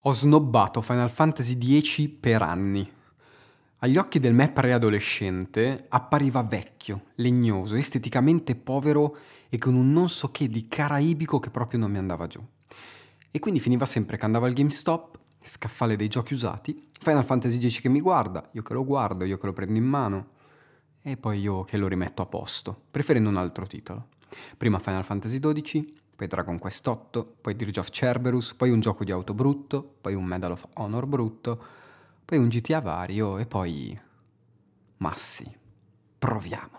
Ho snobbato Final Fantasy X per anni. Agli occhi del me preadolescente appariva vecchio, legnoso, esteticamente povero e con un non so che di caraibico che proprio non mi andava giù. E quindi finiva sempre che andavo al GameStop, scaffale dei giochi usati, Final Fantasy X che mi guarda, io che lo guardo, io che lo prendo in mano e poi io che lo rimetto a posto, preferendo un altro titolo. Prima Final Fantasy XII, poi Dragon Quest VIII, poi Dirge of Cerberus, poi un gioco di auto brutto, poi un Medal of Honor brutto, poi un GTA vario e poi... Ma sì, proviamolo.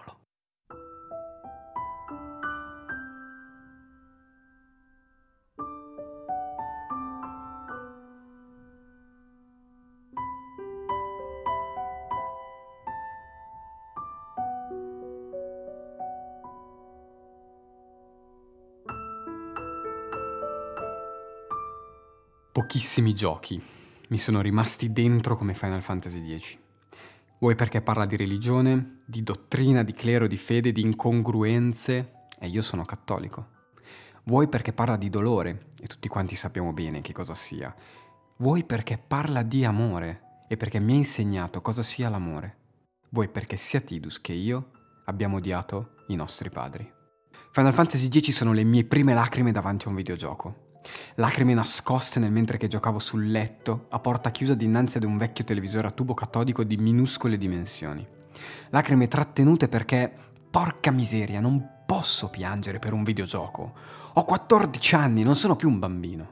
Pochissimi giochi mi sono rimasti dentro come Final Fantasy X. Vuoi perché parla di religione, di dottrina, di clero, di fede, di incongruenze, e io sono cattolico. Vuoi perché parla di dolore, e tutti quanti sappiamo bene che cosa sia. Vuoi perché parla di amore, e perché mi ha insegnato cosa sia l'amore. Vuoi perché sia Tidus che io abbiamo odiato i nostri padri. Final Fantasy X sono le mie prime lacrime davanti a un videogioco. Lacrime nascoste nel mentre che giocavo sul letto, a porta chiusa dinanzi ad un vecchio televisore a tubo catodico di minuscole dimensioni. Lacrime trattenute perché, porca miseria, non posso piangere per un videogioco. Ho 14 anni, non sono più un bambino.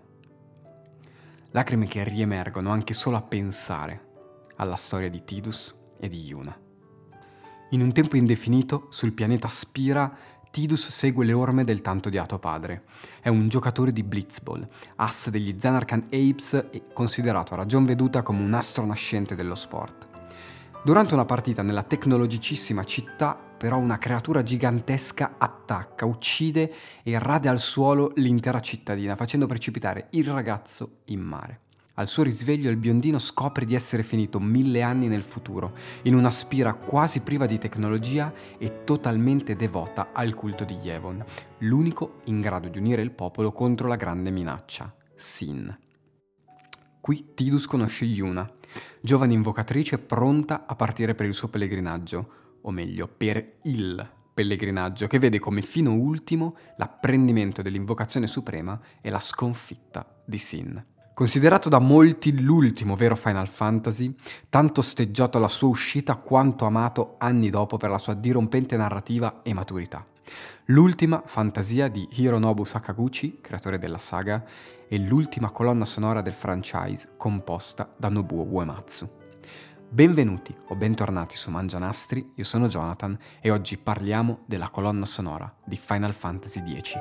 Lacrime che riemergono anche solo a pensare alla storia di Tidus e di Yuna. In un tempo indefinito, sul pianeta Spira, Tidus segue le orme del tanto odiato padre. È un giocatore di Blitzball, asse degli Zanarkand Apes e considerato a ragion veduta come un astro nascente dello sport. Durante una partita nella tecnologicissima città, però, una creatura gigantesca attacca, uccide e rade al suolo l'intera cittadina, facendo precipitare il ragazzo in mare. Al suo risveglio il biondino scopre di essere finito 1000 anni nel futuro, in una Spira quasi priva di tecnologia e totalmente devota al culto di Yevon, l'unico in grado di unire il popolo contro la grande minaccia, Sin. Qui Tidus conosce Yuna, giovane invocatrice pronta a partire per il suo pellegrinaggio, o meglio, per il pellegrinaggio, che vede come fino ultimo l'apprendimento dell'invocazione suprema e la sconfitta di Sin. Considerato da molti l'ultimo vero Final Fantasy, tanto osteggiato alla sua uscita quanto amato anni dopo per la sua dirompente narrativa e maturità. L'ultima fantasia di Hironobu Sakaguchi, creatore della saga, e l'ultima colonna sonora del franchise composta da Nobuo Uematsu. Benvenuti o bentornati su Mangianastri, io sono Jonathan e oggi parliamo della colonna sonora di Final Fantasy X.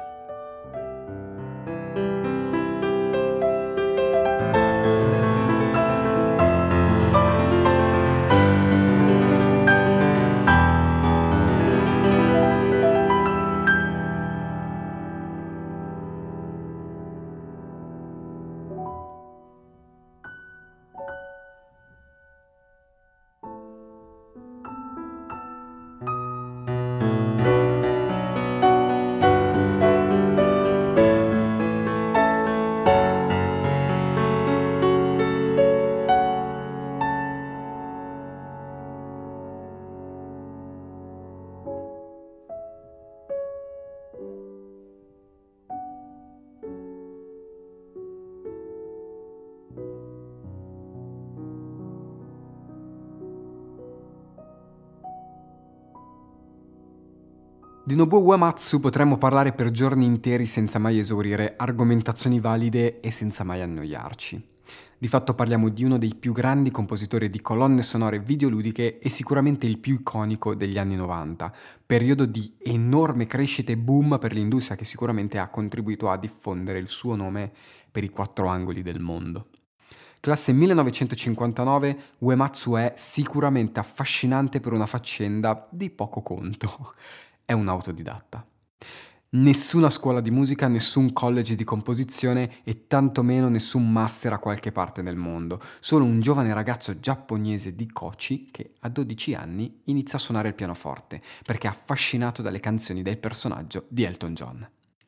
Di Nobuo Uematsu potremmo parlare per giorni interi senza mai esaurire argomentazioni valide e senza mai annoiarci. Di fatto parliamo di uno dei più grandi compositori di colonne sonore videoludiche e sicuramente il più iconico degli anni 90, periodo di enorme crescita e boom per l'industria che sicuramente ha contribuito a diffondere il suo nome per i quattro angoli del mondo. Classe 1959, Uematsu è sicuramente affascinante per una faccenda di poco conto. È un autodidatta. Nessuna scuola di musica, nessun college di composizione e tantomeno nessun master a qualche parte del mondo. Solo un giovane ragazzo giapponese di Kochi che a 12 anni inizia a suonare il pianoforte perché è affascinato dalle canzoni del personaggio di Elton John.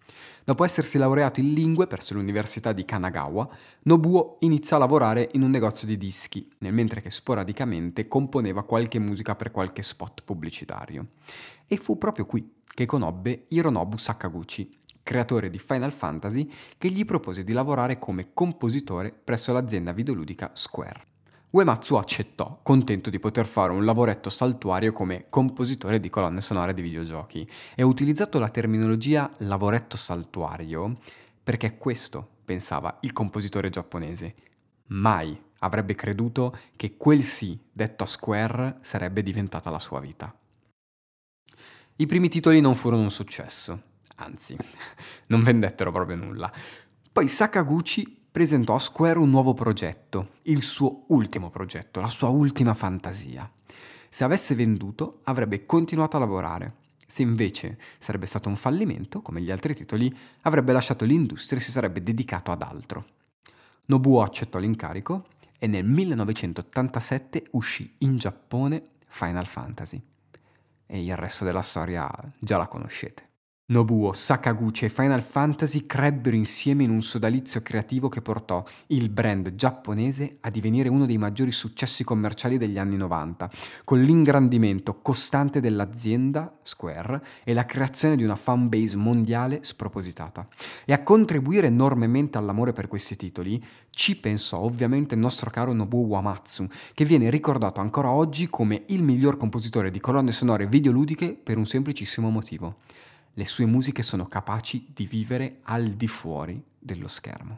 Dopo essersi laureato in lingue presso l'Università di Kanagawa, Nobuo inizia a lavorare in un negozio di dischi, nel mentre che sporadicamente componeva qualche musica per qualche spot pubblicitario. E fu proprio qui che conobbe Hironobu Sakaguchi, creatore di Final Fantasy, che gli propose di lavorare come compositore presso l'azienda videoludica Square. Uematsu accettò, contento di poter fare un lavoretto saltuario come compositore di colonne sonore di videogiochi, e ha utilizzato la terminologia lavoretto saltuario perché questo pensava il compositore giapponese. Mai avrebbe creduto che quel sì detto a Square sarebbe diventata la sua vita. I primi titoli non furono un successo, anzi, non vendettero proprio nulla. Poi Sakaguchi presentò a Square un nuovo progetto, il suo ultimo progetto, la sua ultima fantasia. Se avesse venduto, avrebbe continuato a lavorare. Se invece sarebbe stato un fallimento, come gli altri titoli, avrebbe lasciato l'industria e si sarebbe dedicato ad altro. Nobuo accettò l'incarico e nel 1987 uscì in Giappone Final Fantasy. E il resto della storia già la conoscete. Nobuo, Sakaguchi e Final Fantasy crebbero insieme in un sodalizio creativo che portò il brand giapponese a divenire uno dei maggiori successi commerciali degli anni 90, con l'ingrandimento costante dell'azienda Square e la creazione di una fanbase mondiale spropositata. E a contribuire enormemente all'amore per questi titoli ci pensò ovviamente il nostro caro Nobuo Uematsu, che viene ricordato ancora oggi come il miglior compositore di colonne sonore videoludiche per un semplicissimo motivo. Le sue musiche sono capaci di vivere al di fuori dello schermo.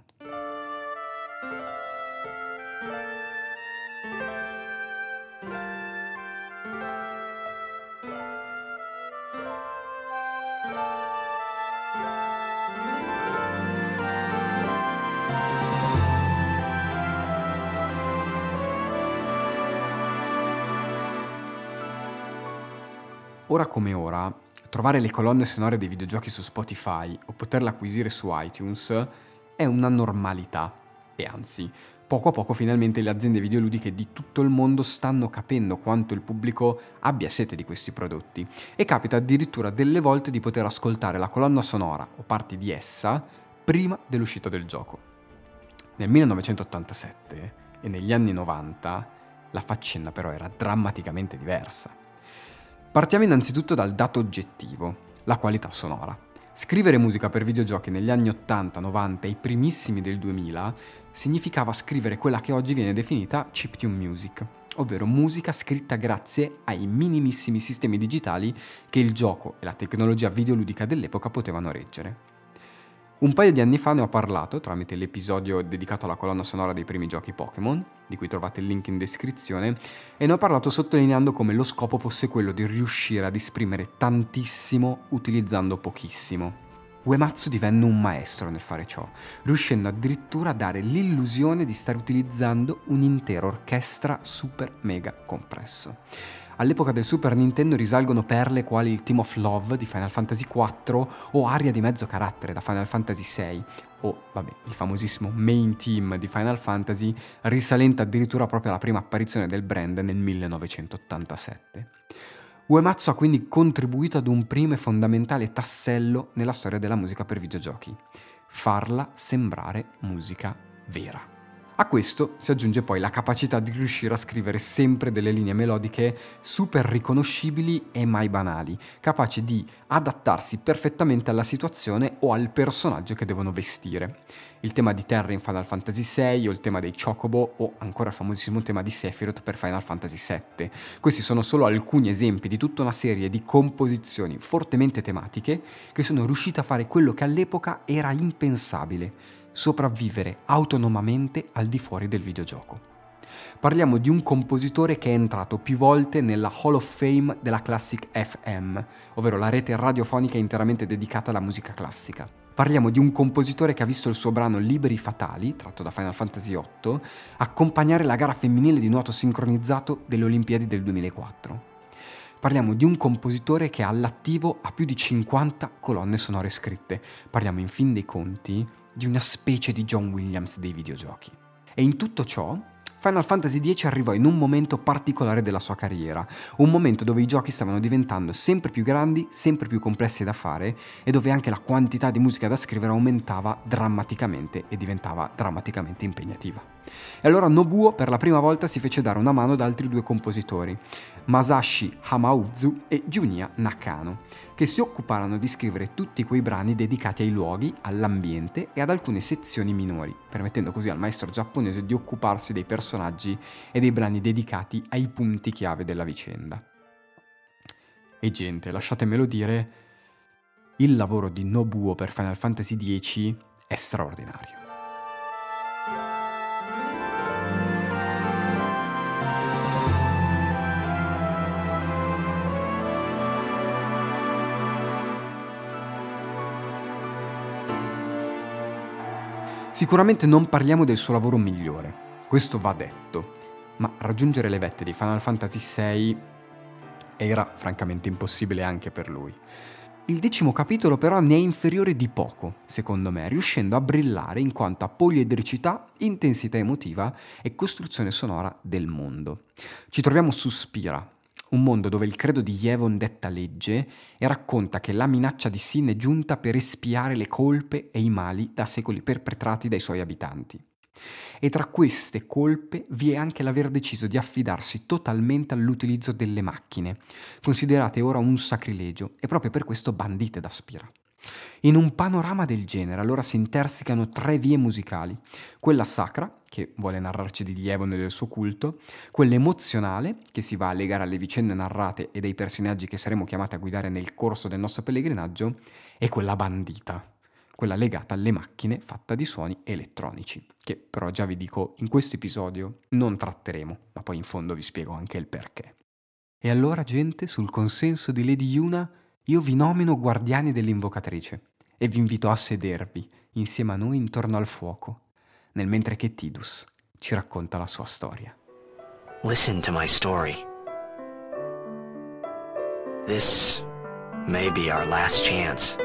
Ora come ora, trovare le colonne sonore dei videogiochi su Spotify o poterle acquisire su iTunes è una normalità. E anzi, poco a poco finalmente le aziende videoludiche di tutto il mondo stanno capendo quanto il pubblico abbia sete di questi prodotti. E capita addirittura delle volte di poter ascoltare la colonna sonora o parti di essa prima dell'uscita del gioco. Nel 1987 e negli anni 90 la faccenda però era drammaticamente diversa. Partiamo innanzitutto dal dato oggettivo, la qualità sonora. Scrivere musica per videogiochi negli anni 80, 90 e i primissimi del 2000 significava scrivere quella che oggi viene definita chiptune music, ovvero musica scritta grazie ai minimissimi sistemi digitali che il gioco e la tecnologia videoludica dell'epoca potevano reggere. Un paio di anni fa ne ho parlato tramite l'episodio dedicato alla colonna sonora dei primi giochi Pokémon, di cui trovate il link in descrizione, e ne ho parlato sottolineando come lo scopo fosse quello di riuscire ad esprimere tantissimo utilizzando pochissimo. Uematsu divenne un maestro nel fare ciò, riuscendo addirittura a dare l'illusione di stare utilizzando un'intera orchestra super mega compresso. All'epoca del Super Nintendo risalgono perle quali il Team of Love di Final Fantasy IV o Aria di mezzo carattere da Final Fantasy VI o, il famosissimo Main Team di Final Fantasy risalente addirittura proprio alla prima apparizione del brand nel 1987. Uematsu ha quindi contribuito ad un primo e fondamentale tassello nella storia della musica per videogiochi: farla sembrare musica vera. A questo si aggiunge poi la capacità di riuscire a scrivere sempre delle linee melodiche super riconoscibili e mai banali, capaci di adattarsi perfettamente alla situazione o al personaggio che devono vestire. Il tema di Terra in Final Fantasy VI o il tema dei Chocobo o ancora il famosissimo tema di Sephiroth per Final Fantasy VII. Questi sono solo alcuni esempi di tutta una serie di composizioni fortemente tematiche che sono riuscite a fare quello che all'epoca era impensabile: sopravvivere autonomamente al di fuori del videogioco. Parliamo di un compositore che è entrato più volte nella Hall of Fame della Classic FM, ovvero la rete radiofonica interamente dedicata alla musica classica. Parliamo di un compositore che ha visto il suo brano Liberi Fatali, tratto da Final Fantasy VIII, accompagnare la gara femminile di nuoto sincronizzato delle Olimpiadi del 2004. Parliamo di un compositore che all'attivo ha più di 50 colonne sonore scritte. Parliamo in fin dei conti di una specie di John Williams dei videogiochi. E in tutto ciò Final Fantasy X arrivò in un momento particolare della sua carriera, un momento dove i giochi stavano diventando sempre più grandi, sempre più complessi da fare e dove anche la quantità di musica da scrivere aumentava drammaticamente e diventava drammaticamente impegnativa. E allora Nobuo per la prima volta si fece dare una mano da altri due compositori, Masashi Hamauzu e Junya Nakano, che si occuparono di scrivere tutti quei brani dedicati ai luoghi, all'ambiente e ad alcune sezioni minori, permettendo così al maestro giapponese di occuparsi dei personaggi e dei brani dedicati ai punti chiave della vicenda. E gente, lasciatemelo dire, il lavoro di Nobuo per Final Fantasy X è straordinario. Sicuramente non parliamo del suo lavoro migliore, questo va detto, ma raggiungere le vette di Final Fantasy VI era francamente impossibile anche per lui. Il 10° capitolo però ne è inferiore di poco, secondo me, riuscendo a brillare in quanto a poliedricità, intensità emotiva e costruzione sonora del mondo. Ci troviamo su Spira, un mondo dove il credo di Yevon detta legge e racconta che la minaccia di Sin è giunta per espiare le colpe e i mali da secoli perpetrati dai suoi abitanti. E tra queste colpe vi è anche l'aver deciso di affidarsi totalmente all'utilizzo delle macchine, considerate ora un sacrilegio e proprio per questo bandite da Spira. In un panorama del genere allora si intersecano 3 vie musicali, quella sacra, che vuole narrarci di Yevon e del suo culto, quella emozionale, che si va a legare alle vicende narrate e dei personaggi che saremo chiamati a guidare nel corso del nostro pellegrinaggio, e quella bandita, quella legata alle macchine fatta di suoni elettronici, che però già vi dico in questo episodio non tratteremo, ma poi in fondo vi spiego anche il perché. E allora gente, sul consenso di Lady Yuna, io vi nomino guardiani dell'invocatrice e vi invito a sedervi insieme a noi intorno al fuoco, nel mentre che Tidus ci racconta la sua storia. Listen to my story. This may be our last chance.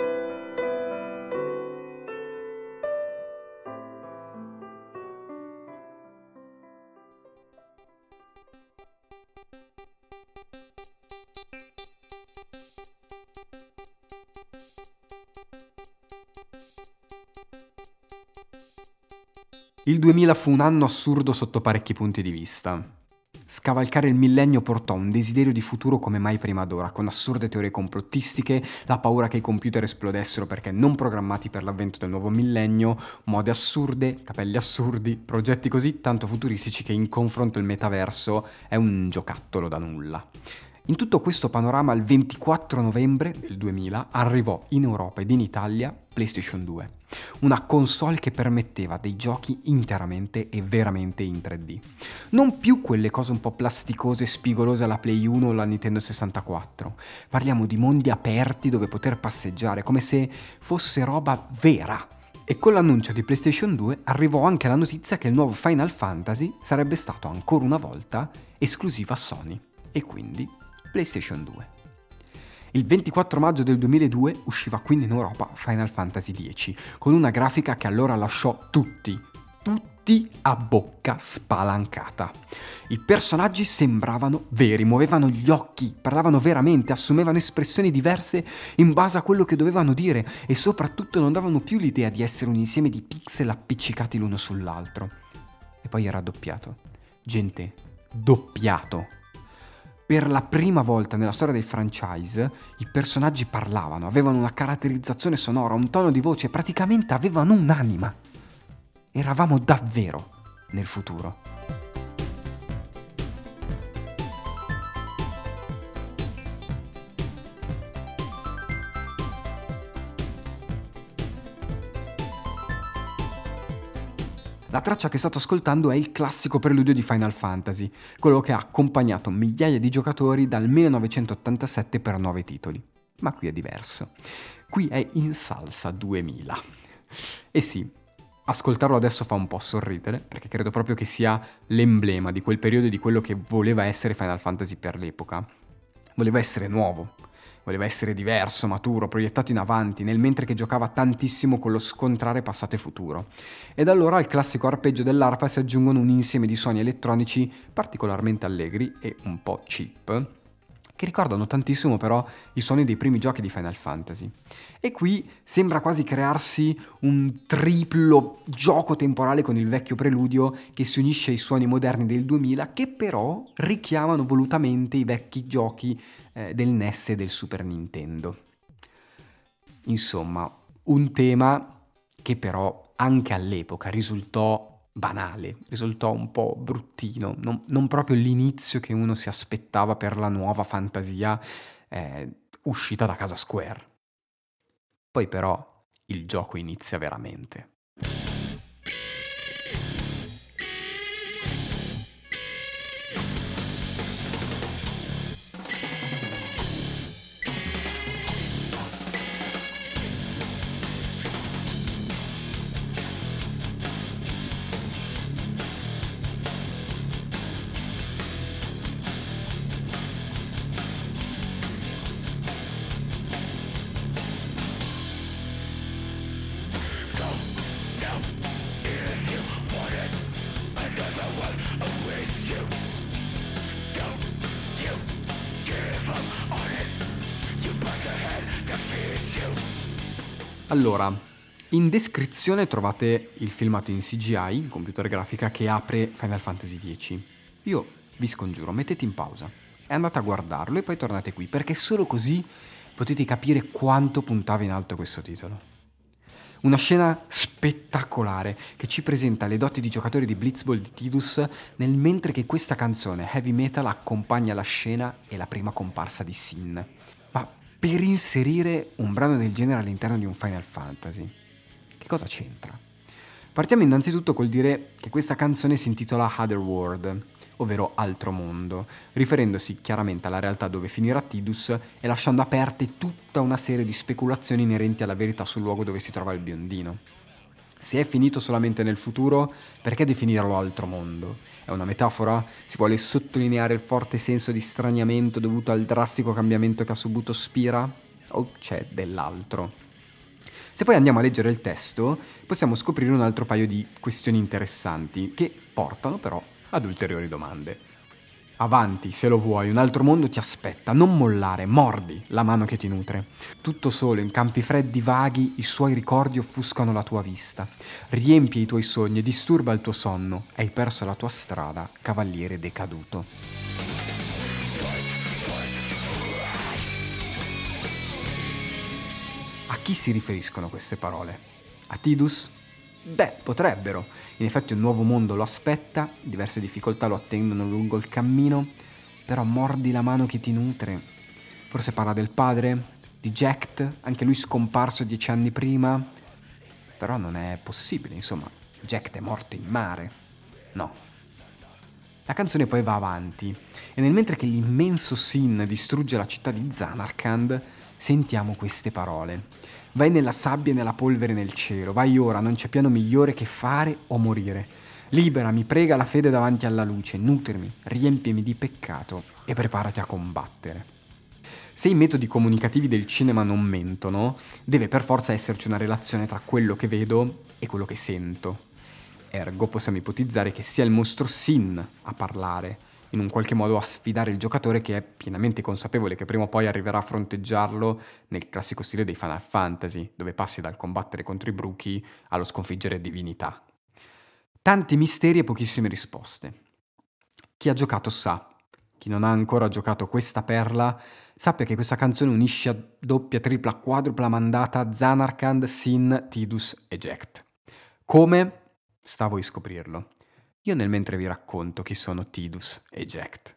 Il 2000 fu un anno assurdo sotto parecchi punti di vista. Scavalcare il millennio portò un desiderio di futuro come mai prima d'ora, con assurde teorie complottistiche, la paura che i computer esplodessero perché non programmati per l'avvento del nuovo millennio, mode assurde, capelli assurdi, progetti così tanto futuristici che in confronto il metaverso è un giocattolo da nulla. In tutto questo panorama, il 24 novembre del 2000 arrivò in Europa ed in Italia PlayStation 2, una console che permetteva dei giochi interamente e veramente in 3D. Non più quelle cose un po' plasticose e spigolose alla Play 1 o alla Nintendo 64. Parliamo di mondi aperti dove poter passeggiare, come se fosse roba vera. E con l'annuncio di PlayStation 2 arrivò anche la notizia che il nuovo Final Fantasy sarebbe stato ancora una volta esclusiva Sony, e quindi PlayStation 2. Il 24 maggio del 2002 usciva quindi in Europa Final Fantasy X, con una grafica che allora lasciò tutti a bocca spalancata. I personaggi sembravano veri, muovevano gli occhi, parlavano veramente, assumevano espressioni diverse in base a quello che dovevano dire e soprattutto non davano più l'idea di essere un insieme di pixel appiccicati l'uno sull'altro. E poi era doppiato. Gente, doppiato. Per la prima volta nella storia del franchise i personaggi parlavano, avevano una caratterizzazione sonora, un tono di voce, praticamente avevano un'anima. Eravamo davvero nel futuro. La traccia che state ascoltando è il classico preludio di Final Fantasy, quello che ha accompagnato migliaia di giocatori dal 1987 per 9 titoli. Ma qui è diverso. Qui è in salsa 2000. E sì, ascoltarlo adesso fa un po' sorridere, perché credo proprio che sia l'emblema di quel periodo e di quello che voleva essere Final Fantasy per l'epoca. Voleva essere nuovo, voleva essere diverso, maturo, proiettato in avanti, nel mentre che giocava tantissimo con lo scontrare passato e futuro. Ed allora al classico arpeggio dell'arpa si aggiungono un insieme di suoni elettronici particolarmente allegri e un po' cheap, che ricordano tantissimo però i suoni dei primi giochi di Final Fantasy. E qui sembra quasi crearsi un triplo gioco temporale con il vecchio preludio che si unisce ai suoni moderni del 2000, che però richiamano volutamente i vecchi giochi del NES e del Super Nintendo. Insomma, un tema che però anche all'epoca risultò banale, risultò un po' bruttino, non proprio l'inizio che uno si aspettava per la nuova fantasia uscita da casa Square. Poi però il gioco inizia veramente. Allora, in descrizione trovate il filmato in CGI, in computer grafica, che apre Final Fantasy X. Io vi scongiuro, mettete in pausa e andate a guardarlo e poi tornate qui, perché solo così potete capire quanto puntava in alto questo titolo. Una scena spettacolare che ci presenta le doti di giocatore di Blitzball di Tidus, nel mentre che questa canzone heavy metal accompagna la scena e la prima comparsa di Sin. Ma per inserire un brano del genere all'interno di un Final Fantasy, che cosa c'entra? Partiamo innanzitutto col dire che questa canzone si intitola Otherworld, ovvero Altro Mondo, riferendosi chiaramente alla realtà dove finirà Tidus e lasciando aperte tutta una serie di speculazioni inerenti alla verità sul luogo dove si trova il biondino. Se è finito solamente nel futuro, perché definirlo Altro Mondo? È una metafora? Si vuole sottolineare il forte senso di straniamento dovuto al drastico cambiamento che ha subito Spira? O c'è dell'altro? Se poi andiamo a leggere il testo, possiamo scoprire un altro paio di questioni interessanti che portano però ad ulteriori domande. Avanti, se lo vuoi, un altro mondo ti aspetta, non mollare, mordi la mano che ti nutre. Tutto solo, in campi freddi vaghi, i suoi ricordi offuscano la tua vista. Riempie i tuoi sogni e disturba il tuo sonno. Hai perso la tua strada, cavaliere decaduto. A chi si riferiscono queste parole? A Tidus? Beh, potrebbero. In effetti un nuovo mondo lo aspetta, diverse difficoltà lo attendono lungo il cammino, però mordi la mano che ti nutre. Forse parla del padre, di Jack, anche lui scomparso 10 anni prima. Però non è possibile, insomma, Jack è morto in mare. No. La canzone poi va avanti e nel mentre che l'immenso Sin distrugge la città di Zanarkand, sentiamo queste parole. Vai nella sabbia e nella polvere nel cielo, vai ora, non c'è piano migliore che fare o morire. Liberami, prega la fede davanti alla luce, nutrimi, riempimi di peccato e preparati a combattere. Se i metodi comunicativi del cinema non mentono, deve per forza esserci una relazione tra quello che vedo e quello che sento. Ergo possiamo ipotizzare che sia il mostro Sin a parlare, in un qualche modo a sfidare il giocatore che è pienamente consapevole che prima o poi arriverà a fronteggiarlo nel classico stile dei Final Fantasy, dove passi dal combattere contro i bruchi allo sconfiggere divinità. Tanti misteri e pochissime risposte. Chi ha giocato sa. Chi non ha ancora giocato questa perla, sappia che questa canzone unisce a doppia, tripla, quadrupla mandata Zanarkand, Sin, Tidus e Jack. Come? Sta a voi scoprirlo. Io nel mentre vi racconto chi sono Tidus e Jack.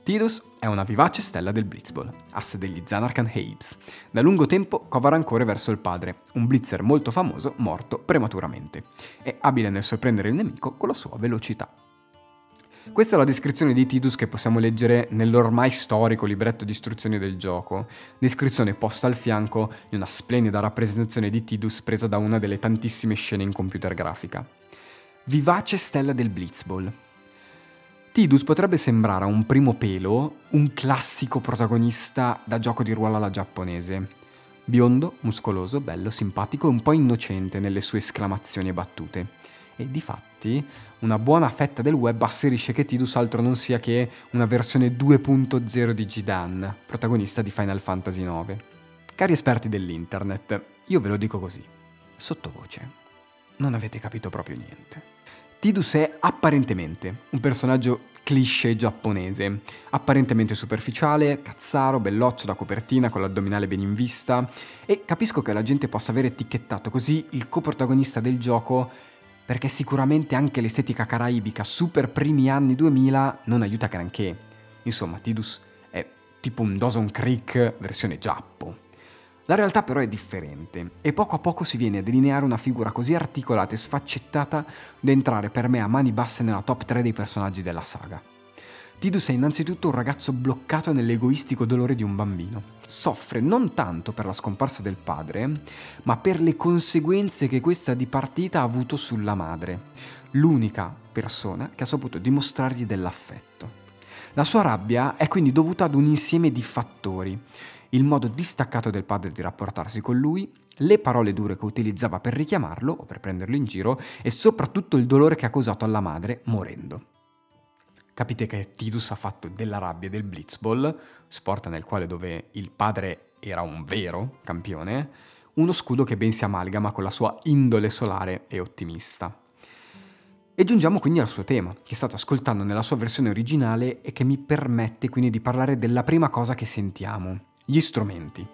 Tidus è una vivace stella del blitzball, asse degli Zanarkand Apes. Da lungo tempo cova rancore verso il padre, un blitzer molto famoso morto prematuramente. È abile nel sorprendere il nemico con la sua velocità. Questa è la descrizione di Tidus che possiamo leggere nell'ormai storico libretto di istruzioni del gioco, descrizione posta al fianco di una splendida rappresentazione di Tidus presa da una delle tantissime scene in computer grafica. Vivace stella del blitzball. Tidus potrebbe sembrare a un primo pelo un classico protagonista da gioco di ruolo alla giapponese. Biondo, muscoloso, bello, simpatico e un po' innocente nelle sue esclamazioni e battute. E difatti, una buona fetta del web asserisce che Tidus altro non sia che una versione 2.0 di Jidan, protagonista di Final Fantasy IX. Cari esperti dell'internet, io ve lo dico così, sottovoce, non avete capito proprio niente. Tidus è apparentemente un personaggio cliché giapponese, apparentemente superficiale, cazzaro, belloccio da copertina con l'addominale ben in vista, e capisco che la gente possa aver etichettato così il coprotagonista del gioco perché sicuramente anche l'estetica caraibica super primi anni 2000 non aiuta granché. Insomma, Tidus è tipo un Dawson Creek versione giappo. La realtà però è differente e poco a poco si viene a delineare una figura così articolata e sfaccettata da entrare per me a mani basse nella top 3 dei personaggi della saga. Tidus è innanzitutto un ragazzo bloccato nell'egoistico dolore di un bambino. Soffre non tanto per la scomparsa del padre, ma per le conseguenze che questa dipartita ha avuto sulla madre, l'unica persona che ha saputo dimostrargli dell'affetto. La sua rabbia è quindi dovuta ad un insieme di fattori: il modo distaccato del padre di rapportarsi con lui, le parole dure che utilizzava per richiamarlo o per prenderlo in giro e soprattutto il dolore che ha causato alla madre morendo. Capite che Tidus ha fatto della rabbia e del blitzball, sport nel quale dove il padre era un vero campione, uno scudo che ben si amalgama con la sua indole solare e ottimista. E giungiamo quindi al suo tema, che state ascoltando nella sua versione originale e che mi permette quindi di parlare della prima cosa che sentiamo: gli strumenti.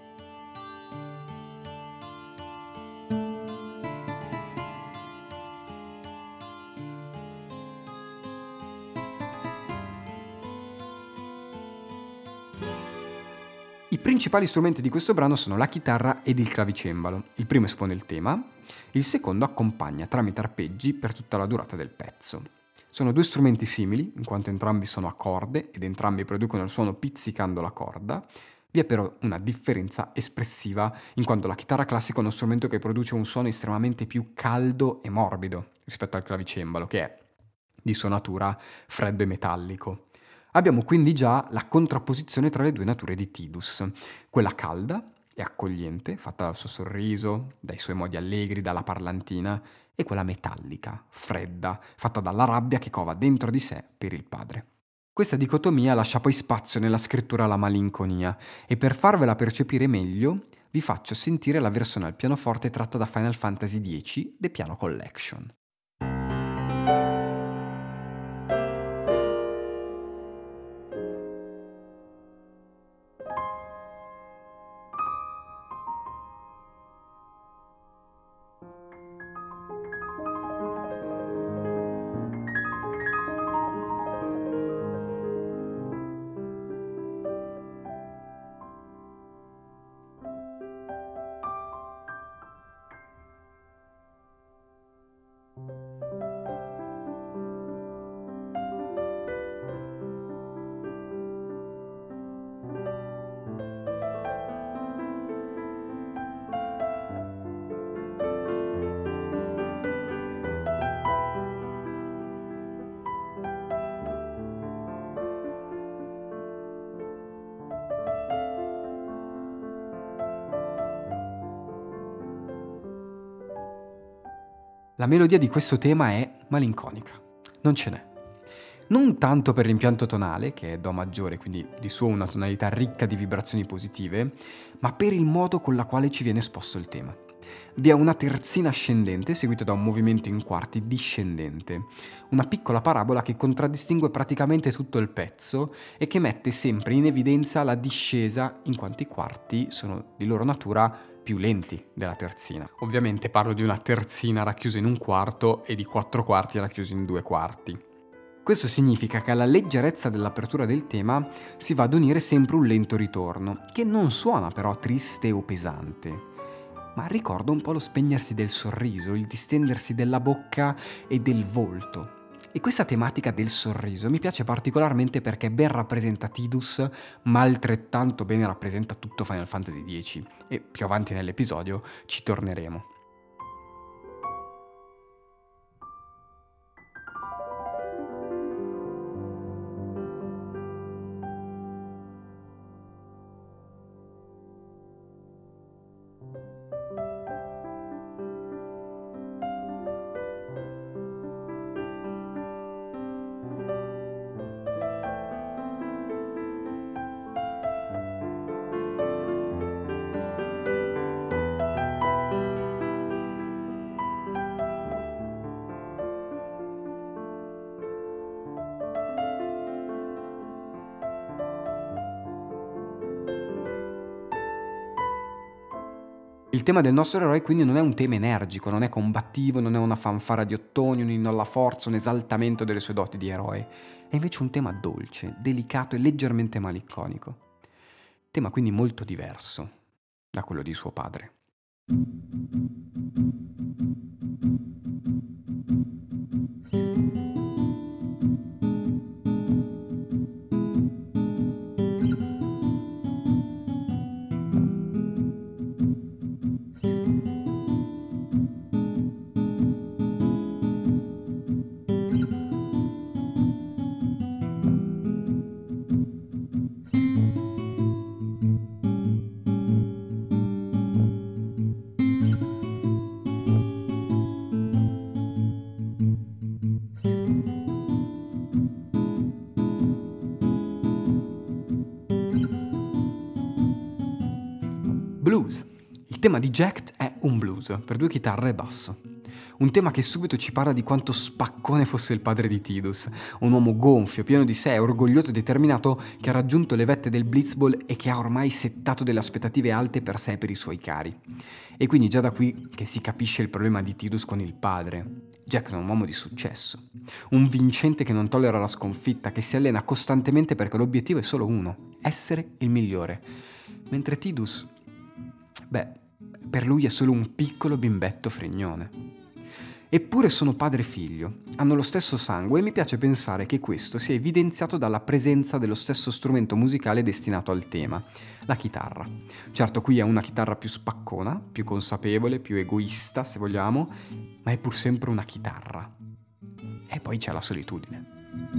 I principali strumenti di questo brano sono la chitarra ed il clavicembalo. Il primo espone il tema, il secondo accompagna tramite arpeggi per tutta la durata del pezzo. Sono due strumenti simili, in quanto entrambi sono a corde ed entrambi producono il suono pizzicando la corda. Vi è però una differenza espressiva, in quanto la chitarra classica è uno strumento che produce un suono estremamente più caldo e morbido rispetto al clavicembalo, che è di sua natura freddo e metallico. Abbiamo quindi già la contrapposizione tra le due nature di Tidus, quella calda e accogliente, fatta dal suo sorriso, dai suoi modi allegri, dalla parlantina, e quella metallica, fredda, fatta dalla rabbia che cova dentro di sé per il padre. Questa dicotomia lascia poi spazio nella scrittura alla malinconia, e per farvela percepire meglio vi faccio sentire la versione al pianoforte tratta da Final Fantasy X, The Piano Collection. La melodia di questo tema è malinconica, non ce n'è. Non tanto per l'impianto tonale, che è Do maggiore, quindi di suo una tonalità ricca di vibrazioni positive, ma per il modo con la quale ci viene esposto il tema. Vi è una terzina ascendente seguita da un movimento in quarti discendente, una piccola parabola che contraddistingue praticamente tutto il pezzo e che mette sempre in evidenza la discesa, in quanto i quarti sono di loro natura più lenti della terzina. Ovviamente parlo di una terzina racchiusa in un quarto e di 4 quarti racchiusi in 2 quarti. Questo significa che alla leggerezza dell'apertura del tema si va ad unire sempre un lento ritorno, che non suona però triste o pesante, ma ricorda un po' lo spegnersi del sorriso, il distendersi della bocca e del volto. E questa tematica del sorriso mi piace particolarmente perché ben rappresenta Tidus, ma altrettanto bene rappresenta tutto Final Fantasy X, e più avanti nell'episodio ci torneremo. Il tema del nostro eroe quindi non è un tema energico, non è combattivo, non è una fanfara di ottoni, un inno alla forza, un esaltamento delle sue doti di eroe. È invece un tema dolce, delicato e leggermente malinconico. Tema quindi molto diverso da quello di suo padre. Blues. Il tema di Jacked è un blues, per 2 chitarre e basso. Un tema che subito ci parla di quanto spaccone fosse il padre di Tidus, un uomo gonfio, pieno di sé, orgoglioso e determinato, che ha raggiunto le vette del Blitzball e che ha ormai settato delle aspettative alte per sé e per i suoi cari. E quindi già da qui che si capisce il problema di Tidus con il padre. Jack è un uomo di successo, un vincente che non tollera la sconfitta, che si allena costantemente perché l'obiettivo è solo uno, essere il migliore. Mentre Tidus, per lui è solo un piccolo bimbetto fregnone. Eppure sono padre e figlio, hanno lo stesso sangue e mi piace pensare che questo sia evidenziato dalla presenza dello stesso strumento musicale destinato al tema, la chitarra. Certo, qui è una chitarra più spaccona, più consapevole, più egoista, se vogliamo, ma è pur sempre una chitarra. E poi c'è la solitudine.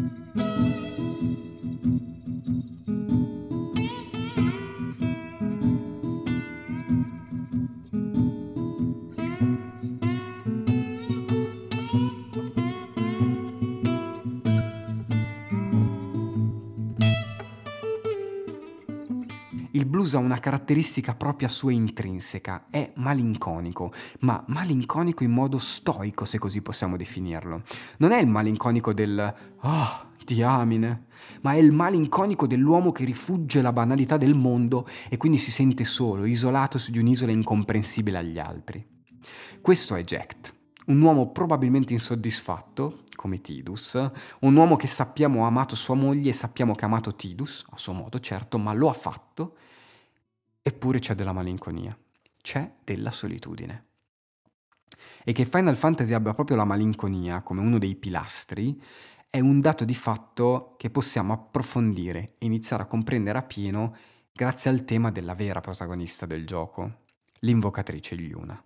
Il blues ha una caratteristica propria sua intrinseca, è malinconico, ma malinconico in modo stoico, se così possiamo definirlo. Non è il malinconico del diamine, ma è il malinconico dell'uomo che rifugge la banalità del mondo e quindi si sente solo, isolato su di un'isola incomprensibile agli altri. Questo è Jacked, un uomo probabilmente insoddisfatto, come Tidus, un uomo che sappiamo ha amato sua moglie e sappiamo che ha amato Tidus, a suo modo certo, ma lo ha fatto, eppure c'è della malinconia, c'è della solitudine. E che Final Fantasy abbia proprio la malinconia come uno dei pilastri è un dato di fatto che possiamo approfondire e iniziare a comprendere appieno grazie al tema della vera protagonista del gioco, l'invocatrice Yuna.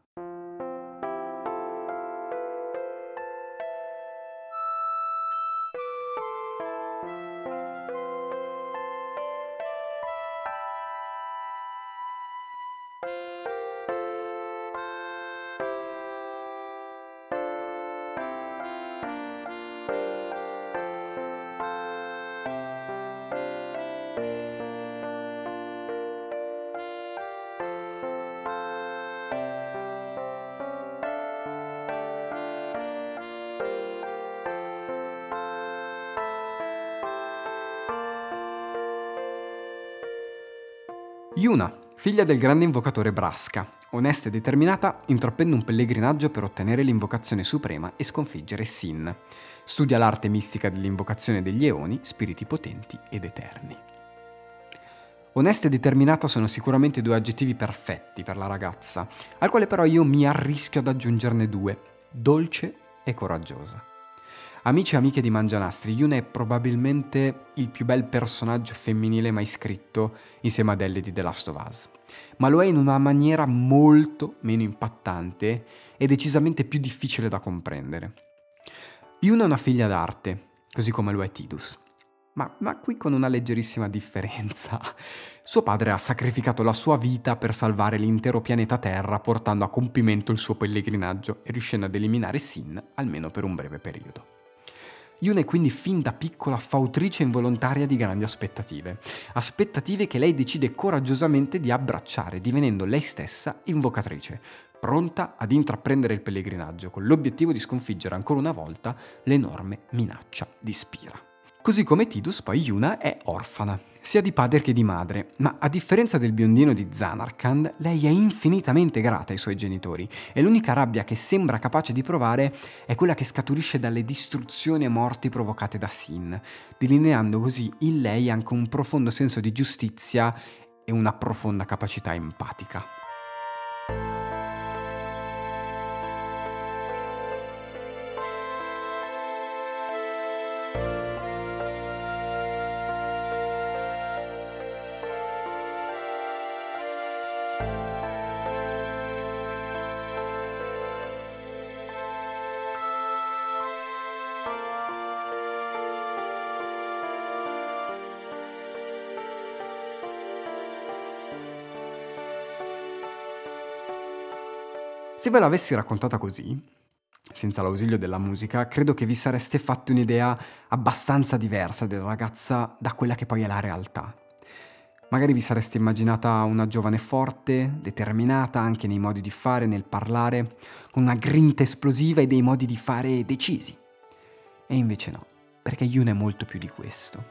Yuna, figlia del grande invocatore Braska, onesta e determinata, intraprende un pellegrinaggio per ottenere l'invocazione suprema e sconfiggere Sin. Studia l'arte mistica dell'invocazione degli eoni, spiriti potenti ed eterni. Onesta e determinata sono sicuramente 2 aggettivi perfetti per la ragazza, al quale però io mi arrischio ad aggiungerne 2, dolce e coraggiosa. Amici e amiche di Mangianastri, Yuna è probabilmente il più bel personaggio femminile mai scritto insieme ad Ellie di The Last of Us, ma lo è in una maniera molto meno impattante e decisamente più difficile da comprendere. Yuna è una figlia d'arte, così come lo è Tidus. Ma qui con una leggerissima differenza. Suo padre ha sacrificato la sua vita per salvare l'intero pianeta Terra, portando a compimento il suo pellegrinaggio e riuscendo ad eliminare Sin, almeno per un breve periodo. Yuna è quindi fin da piccola fautrice involontaria di grandi aspettative. Aspettative che lei decide coraggiosamente di abbracciare, divenendo lei stessa invocatrice, pronta ad intraprendere il pellegrinaggio, con l'obiettivo di sconfiggere ancora una volta l'enorme minaccia di Spira. Così come Tidus, poi Yuna è orfana, sia di padre che di madre, ma a differenza del biondino di Zanarkand, lei è infinitamente grata ai suoi genitori e l'unica rabbia che sembra capace di provare è quella che scaturisce dalle distruzioni e morti provocate da Sin, delineando così in lei anche un profondo senso di giustizia e una profonda capacità empatica. Se ve l'avessi raccontata così, senza l'ausilio della musica, credo che vi sareste fatti un'idea abbastanza diversa della ragazza da quella che poi è la realtà. Magari vi sareste immaginata una giovane forte, determinata anche nei modi di fare, nel parlare, con una grinta esplosiva e dei modi di fare decisi. E invece no, perché Yuna è molto più di questo.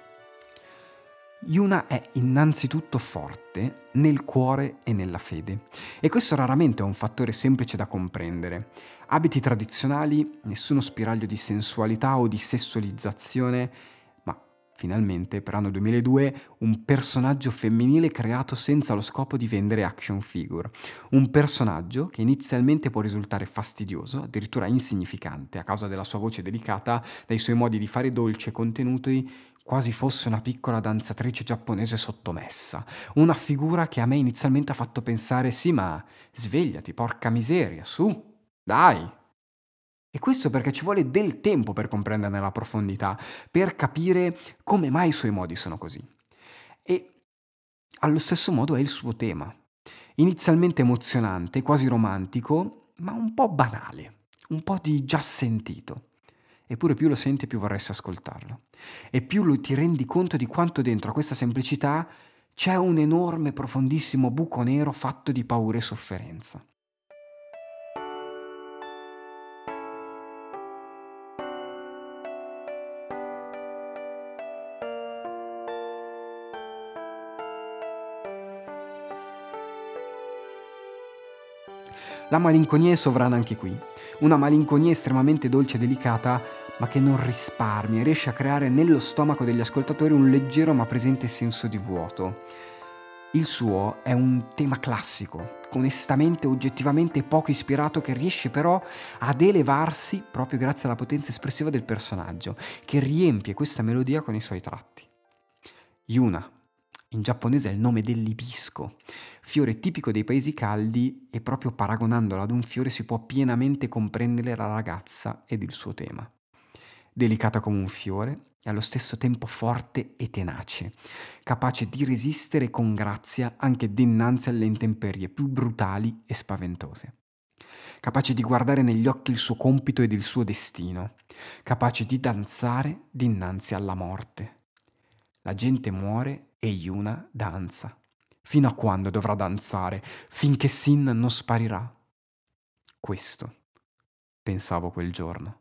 Yuna è innanzitutto forte nel cuore e nella fede, e questo raramente è un fattore semplice da comprendere. Abiti tradizionali, nessuno spiraglio di sensualità o di sessualizzazione, ma finalmente per anno 2002 un personaggio femminile creato senza lo scopo di vendere action figure. Un personaggio che inizialmente può risultare fastidioso, addirittura insignificante, a causa della sua voce delicata, dai suoi modi di fare dolci e contenuti, quasi fosse una piccola danzatrice giapponese sottomessa. Una figura che a me inizialmente ha fatto pensare: sì, ma svegliati, porca miseria, su, dai! E questo perché ci vuole del tempo per comprenderne la profondità, per capire come mai i suoi modi sono così. E allo stesso modo è il suo tema. Inizialmente emozionante, quasi romantico, ma un po' banale, un po' di già sentito. Eppure più lo senti più vorresti ascoltarlo. E più ti rendi conto di quanto dentro a questa semplicità c'è un enorme, profondissimo buco nero fatto di paura e sofferenza. La malinconia è sovrana anche qui, una malinconia estremamente dolce e delicata, ma che non risparmia e riesce a creare nello stomaco degli ascoltatori un leggero ma presente senso di vuoto. Il suo è un tema classico, onestamente oggettivamente poco ispirato, che riesce però ad elevarsi proprio grazie alla potenza espressiva del personaggio, che riempie questa melodia con i suoi tratti. Yuna, in giapponese è il nome dell'ibisco, fiore tipico dei paesi caldi, e proprio paragonandolo ad un fiore si può pienamente comprendere la ragazza ed il suo tema. Delicata come un fiore e allo stesso tempo forte e tenace, capace di resistere con grazia anche dinanzi alle intemperie più brutali e spaventose. Capace di guardare negli occhi il suo compito ed il suo destino, capace di danzare dinanzi alla morte. La gente muore e Yuna danza. Fino a quando dovrà danzare? Finché Sin non sparirà? Questo pensavo quel giorno.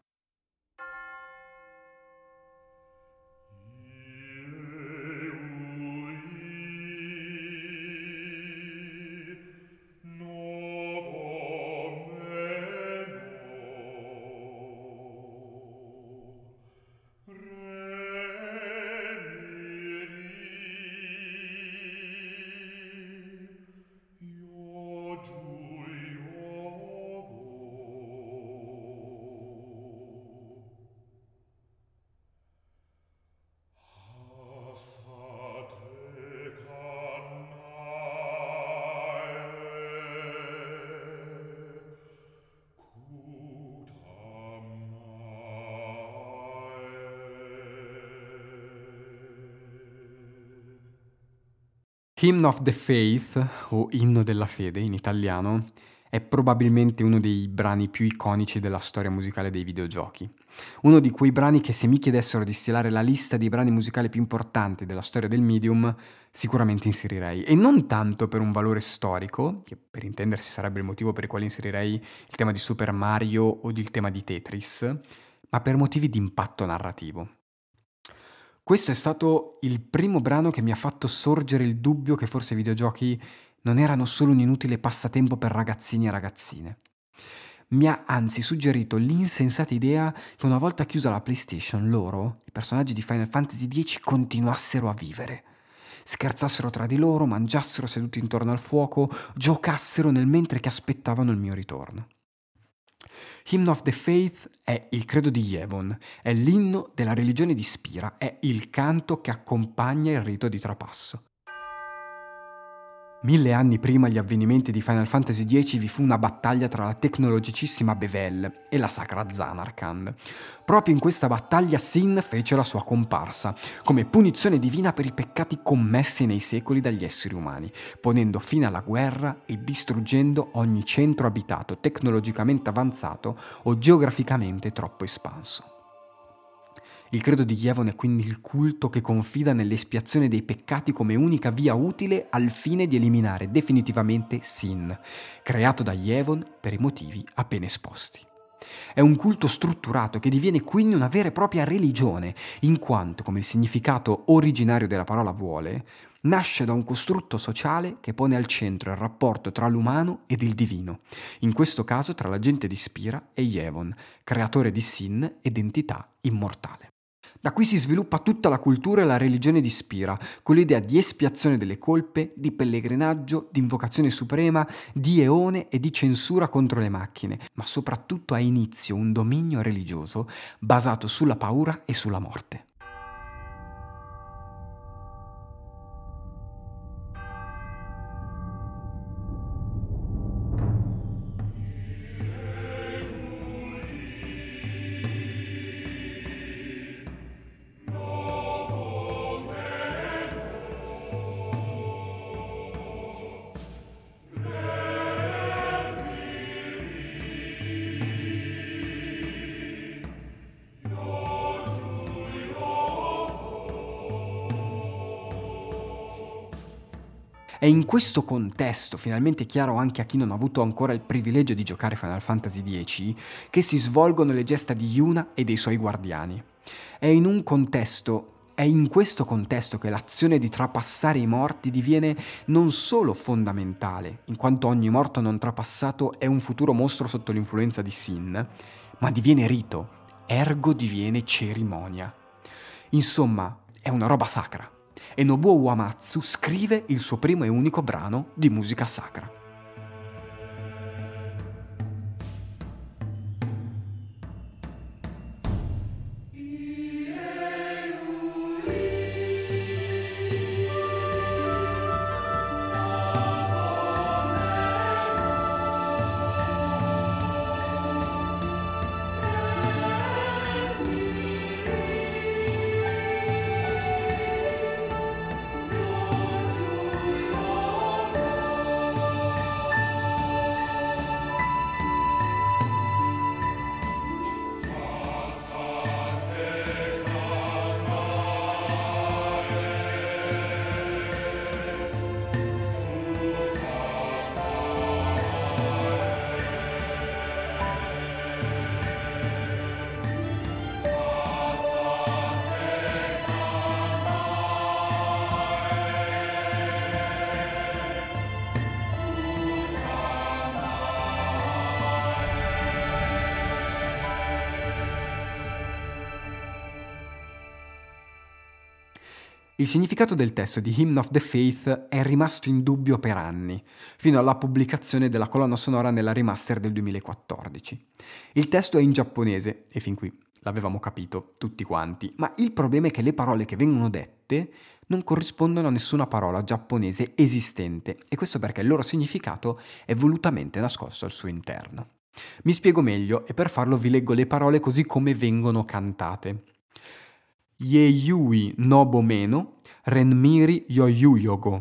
Hymn of the Faith, o Inno della Fede in italiano, è probabilmente uno dei brani più iconici della storia musicale dei videogiochi. Uno di quei brani che, se mi chiedessero di stilare la lista dei brani musicali più importanti della storia del medium, sicuramente inserirei. E non tanto per un valore storico, che per intendersi sarebbe il motivo per il quale inserirei il tema di Super Mario o il tema di Tetris, ma per motivi di impatto narrativo. Questo è stato il primo brano che mi ha fatto sorgere il dubbio che forse i videogiochi non erano solo un inutile passatempo per ragazzini e ragazzine. Mi ha anzi suggerito l'insensata idea che una volta chiusa la PlayStation loro, i personaggi di Final Fantasy X, continuassero a vivere. Scherzassero tra di loro, mangiassero seduti intorno al fuoco, giocassero nel mentre che aspettavano il mio ritorno. Hymn of the Faith è il credo di Yevon, è l'inno della religione di Spira, è il canto che accompagna il rito di trapasso. 1000 anni prima gli avvenimenti di Final Fantasy X vi fu una battaglia tra la tecnologicissima Bevel e la sacra Zanarkand. Proprio in questa battaglia Sin fece la sua comparsa, come punizione divina per i peccati commessi nei secoli dagli esseri umani, ponendo fine alla guerra e distruggendo ogni centro abitato tecnologicamente avanzato o geograficamente troppo espanso. Il credo di Yevon è quindi il culto che confida nell'espiazione dei peccati come unica via utile al fine di eliminare definitivamente Sin, creato da Yevon per i motivi appena esposti. È un culto strutturato che diviene quindi una vera e propria religione, in quanto, come il significato originario della parola vuole, nasce da un costrutto sociale che pone al centro il rapporto tra l'umano ed il divino, in questo caso tra la gente di Spira e Yevon, creatore di Sin ed entità immortale. Da qui si sviluppa tutta la cultura e la religione di Spira, con l'idea di espiazione delle colpe, di pellegrinaggio, di invocazione suprema, di eone e di censura contro le macchine, ma soprattutto ha inizio un dominio religioso basato sulla paura e sulla morte. È in questo contesto, finalmente chiaro anche a chi non ha avuto ancora il privilegio di giocare Final Fantasy X, che si svolgono le gesta di Yuna e dei suoi guardiani. È in questo contesto che l'azione di trapassare i morti diviene non solo fondamentale, in quanto ogni morto non trapassato è un futuro mostro sotto l'influenza di Sin, ma diviene rito, ergo diviene cerimonia. Insomma, è una roba sacra. E Nobuo Uematsu scrive il suo primo e unico brano di musica sacra. Il significato del testo di Hymn of the Faith è rimasto in dubbio per anni, fino alla pubblicazione della colonna sonora nella remaster del 2014. Il testo è in giapponese, e fin qui l'avevamo capito tutti quanti, ma il problema è che le parole che vengono dette non corrispondono a nessuna parola giapponese esistente, e questo perché il loro significato è volutamente nascosto al suo interno. Mi spiego meglio, e per farlo vi leggo le parole così come vengono cantate. Yeiyui no Bomeno, Renmiri Yoyuyogo,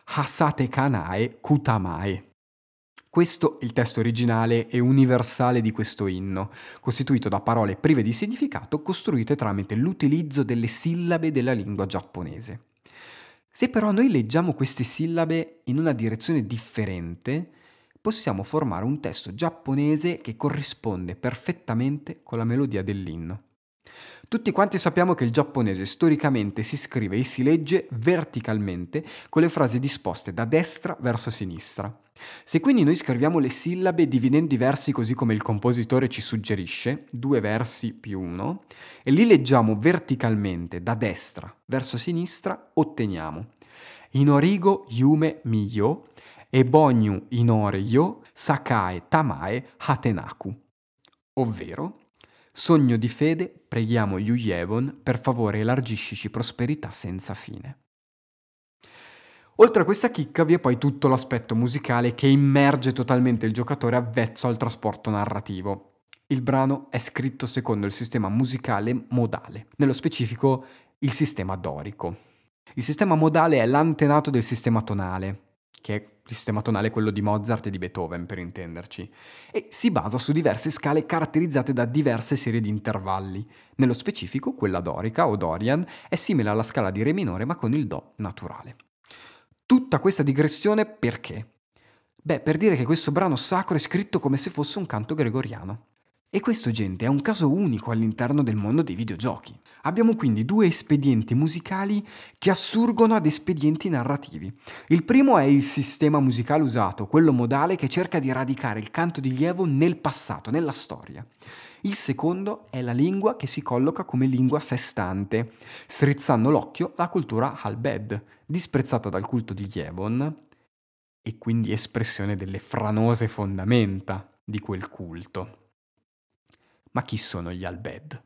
Hasate kanae kutamae. Questo è il testo originale e universale di questo inno, costituito da parole prive di significato costruite tramite l'utilizzo delle sillabe della lingua giapponese. Se però noi leggiamo queste sillabe in una direzione differente, possiamo formare un testo giapponese che corrisponde perfettamente con la melodia dell'inno. Tutti quanti sappiamo che il giapponese storicamente si scrive e si legge verticalmente con le frasi disposte da destra verso sinistra. Se quindi noi scriviamo le sillabe dividendo i versi così come il compositore ci suggerisce, 2 versi più 1, e li leggiamo verticalmente da destra verso sinistra, otteniamo Inorigo yume miyo e bonyu inore yo sakae tamae hatenaku, ovvero sogno di fede, preghiamo Yuyevon, per favore elargiscici prosperità senza fine. Oltre a questa chicca vi è poi tutto l'aspetto musicale che immerge totalmente il giocatore avvezzo al trasporto narrativo. Il brano è scritto secondo il sistema musicale modale, nello specifico il sistema dorico. Il sistema modale è l'antenato del sistema tonale, che è il sistema tonale quello di Mozart e di Beethoven per intenderci, e si basa su diverse scale caratterizzate da diverse serie di intervalli. Nello specifico quella dorica o Dorian è simile alla scala di Re minore ma con il Do naturale. Tutta questa digressione perché? Per dire che questo brano sacro è scritto come se fosse un canto gregoriano. E questo, gente, è un caso unico all'interno del mondo dei videogiochi. Abbiamo quindi 2 espedienti musicali che assurgono ad espedienti narrativi. Il primo è il sistema musicale usato, quello modale che cerca di radicare il canto di Lievo nel passato, nella storia. Il secondo è la lingua che si colloca come lingua a sé stante, strizzando l'occhio alla cultura Halberd, disprezzata dal culto di Lievon e quindi espressione delle franose fondamenta di quel culto. Ma chi sono gli Halberd?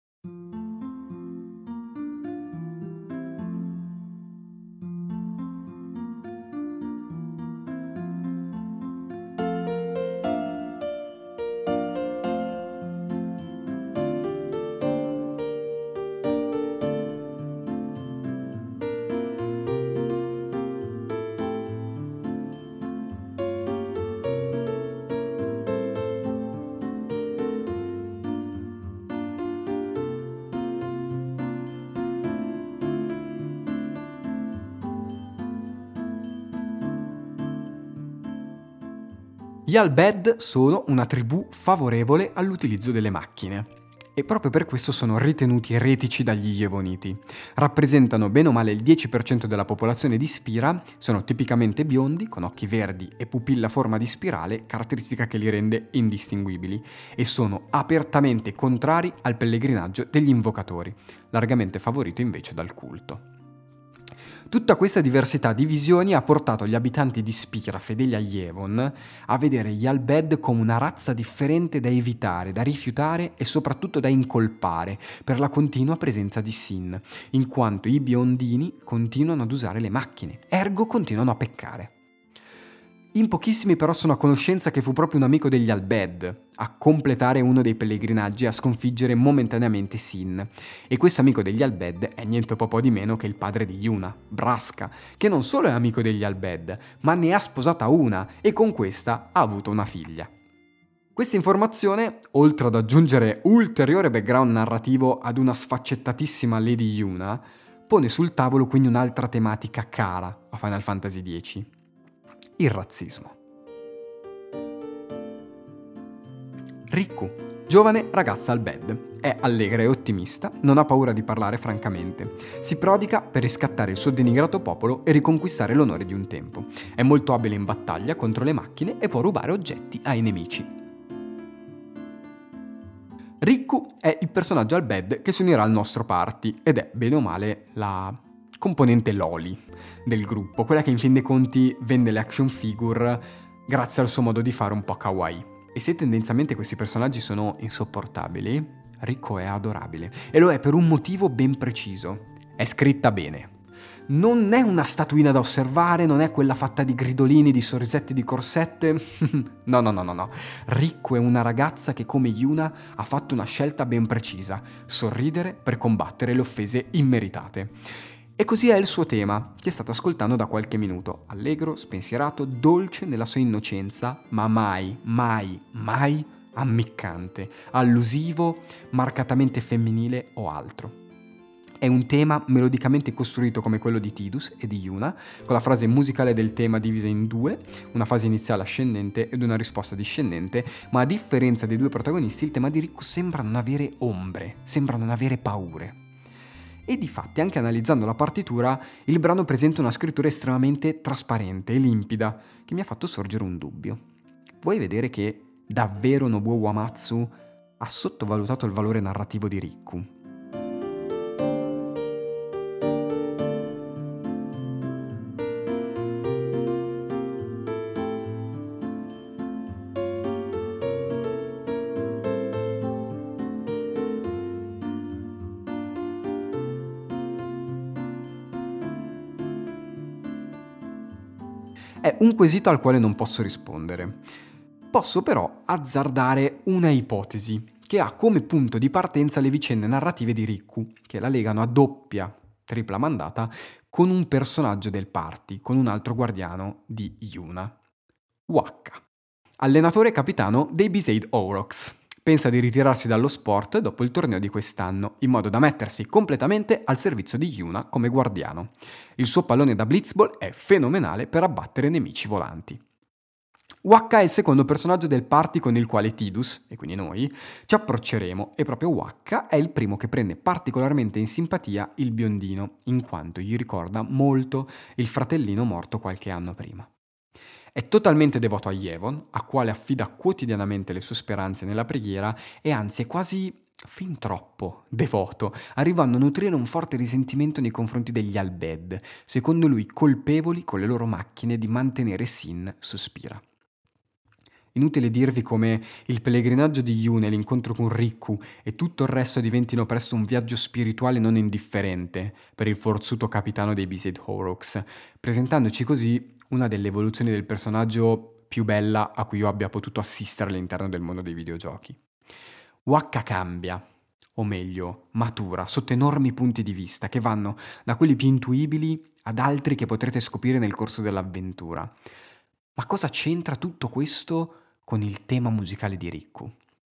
Gli Al-Bhed sono una tribù favorevole all'utilizzo delle macchine e proprio per questo sono ritenuti eretici dagli Yevoniti. Rappresentano bene o male il 10% della popolazione di Spira, sono tipicamente biondi, con occhi verdi e pupilla a forma di spirale, caratteristica che li rende indistinguibili, e sono apertamente contrari al pellegrinaggio degli invocatori, largamente favorito invece dal culto. Tutta questa diversità di visioni ha portato gli abitanti di Spira, fedeli a Yevon, a vedere gli Al-Bhed come una razza differente da evitare, da rifiutare e soprattutto da incolpare per la continua presenza di Sin, in quanto i biondini continuano ad usare le macchine, ergo continuano a peccare. In pochissimi però sono a conoscenza che fu proprio un amico degli Al-Bhed a completare uno dei pellegrinaggi e a sconfiggere momentaneamente Sin. E questo amico degli Al-Bhed è niente po' di meno che il padre di Yuna, Braska, che non solo è amico degli Al-Bhed, ma ne ha sposata una e con questa ha avuto una figlia. Questa informazione, oltre ad aggiungere ulteriore background narrativo ad una sfaccettatissima Lady Yuna, pone sul tavolo quindi un'altra tematica cara a Final Fantasy X. Il razzismo. Riku, giovane ragazza Al-Bhed, è allegra e ottimista, non ha paura di parlare francamente. Si prodiga per riscattare il suo denigrato popolo e riconquistare l'onore di un tempo. È molto abile in battaglia contro le macchine e può rubare oggetti ai nemici. Riku è il personaggio Al-Bhed che si unirà al nostro party ed è, bene o male, la componente loli del gruppo, quella che in fin dei conti vende le action figure grazie al suo modo di fare un po' kawaii. E se tendenzialmente questi personaggi sono insopportabili, Riku è adorabile e lo è per un motivo ben preciso: è scritta bene. Non è una statuina da osservare, non è quella fatta di gridolini, di sorrisetti, di corsette. No. Riku è una ragazza che, come Yuna, ha fatto una scelta ben precisa: sorridere per combattere le offese immeritate. E così è il suo tema, che state ascoltando da qualche minuto, allegro, spensierato, dolce nella sua innocenza, ma mai, mai, mai ammiccante, allusivo, marcatamente femminile o altro. È un tema melodicamente costruito come quello di Tidus e di Yuna, con la frase musicale del tema divisa in due, una fase iniziale ascendente ed una risposta discendente, ma a differenza dei due protagonisti il tema di Riku sembra non avere ombre, sembra non avere paure. E difatti, anche analizzando la partitura, il brano presenta una scrittura estremamente trasparente e limpida, che mi ha fatto sorgere un dubbio. Vuoi vedere che davvero Nobuo Uematsu ha sottovalutato il valore narrativo di Riku? È un quesito al quale non posso rispondere. Posso però azzardare una ipotesi che ha come punto di partenza le vicende narrative di Riku, che la legano a doppia, tripla mandata, con un personaggio del party, con un altro guardiano di Yuna. Wakka, allenatore e capitano dei Besaid Aurochs. Pensa di ritirarsi dallo sport dopo il torneo di quest'anno, in modo da mettersi completamente al servizio di Yuna come guardiano. Il suo pallone da blitzball è fenomenale per abbattere nemici volanti. Wakka è il secondo personaggio del party con il quale Tidus, e quindi noi, ci approcceremo, e proprio Wakka è il primo che prende particolarmente in simpatia il biondino, in quanto gli ricorda molto il fratellino morto qualche anno prima. È totalmente devoto a Yevon, a quale affida quotidianamente le sue speranze nella preghiera, e anzi è quasi fin troppo devoto, arrivando a nutrire un forte risentimento nei confronti degli Al-Bhed, secondo lui colpevoli con le loro macchine di mantenere Sin su Spira. Inutile dirvi come il pellegrinaggio di Yune, l'incontro con Riku e tutto il resto diventino presto un viaggio spirituale non indifferente per il forzuto capitano dei Besaid Aurochs, presentandoci così una delle evoluzioni del personaggio più bella a cui io abbia potuto assistere all'interno del mondo dei videogiochi. Wakka cambia, o meglio, matura, sotto enormi punti di vista che vanno da quelli più intuibili ad altri che potrete scoprire nel corso dell'avventura. Ma cosa c'entra tutto questo con il tema musicale di Riku?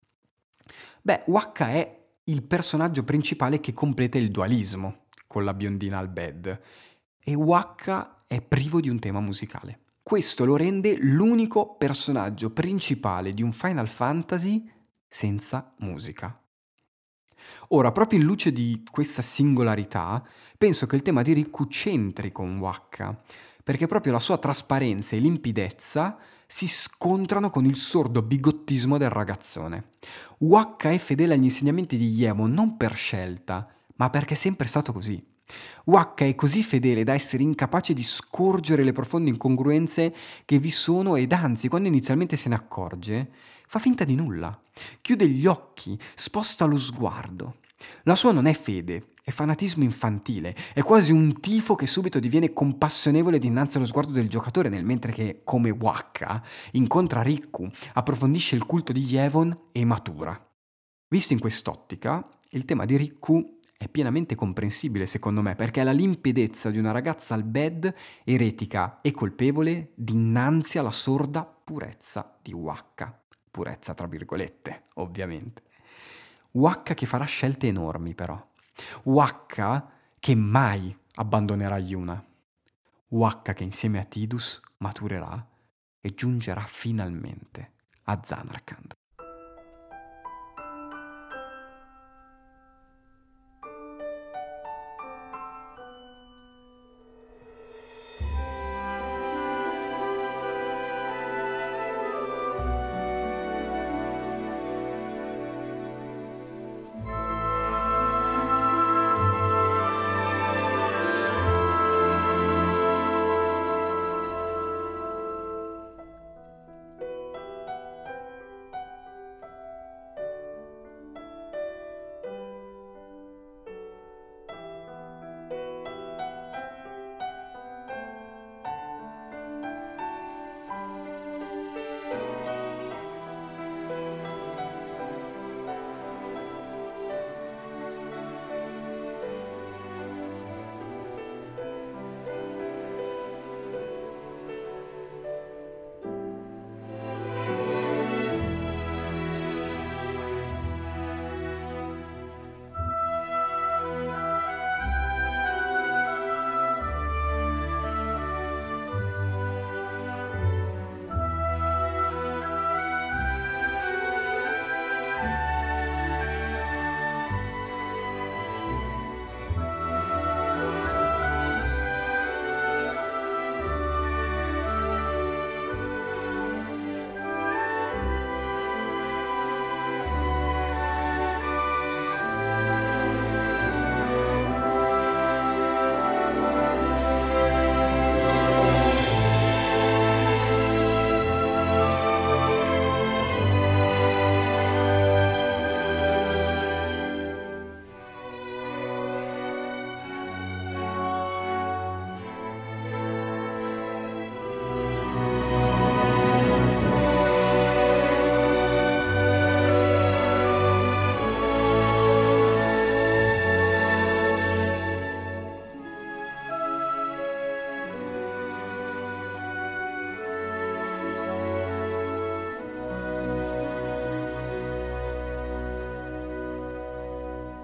Beh, Wakka è il personaggio principale che completa il dualismo con la biondina Al-Bhed e Wakka è privo di un tema musicale. Questo lo rende l'unico personaggio principale di un Final Fantasy senza musica. Ora, proprio in luce di questa singolarità, penso che il tema di Riku c'entri con Wakka, perché proprio la sua trasparenza e limpidezza si scontrano con il sordo bigottismo del ragazzone. Wakka è fedele agli insegnamenti di Yemo non per scelta, ma perché è sempre stato così. Wakka è così fedele da essere incapace di scorgere le profonde incongruenze che vi sono ed anzi, quando inizialmente se ne accorge, fa finta di nulla. Chiude gli occhi, sposta lo sguardo. La sua non è fede, è fanatismo infantile, è quasi un tifo che subito diviene compassionevole dinanzi allo sguardo del giocatore, nel mentre che, come Wakka, incontra Riku, approfondisce il culto di Yevon e matura. Visto in quest'ottica, il tema di Riku è pienamente comprensibile secondo me, perché è la limpidezza di una ragazza Al-Bhed eretica e colpevole dinanzi alla sorda purezza di Wakka. Purezza tra virgolette, ovviamente. Wakka che farà scelte enormi però. Wakka che mai abbandonerà Yuna. Wakka che insieme a Tidus maturerà e giungerà finalmente a Zanarkand.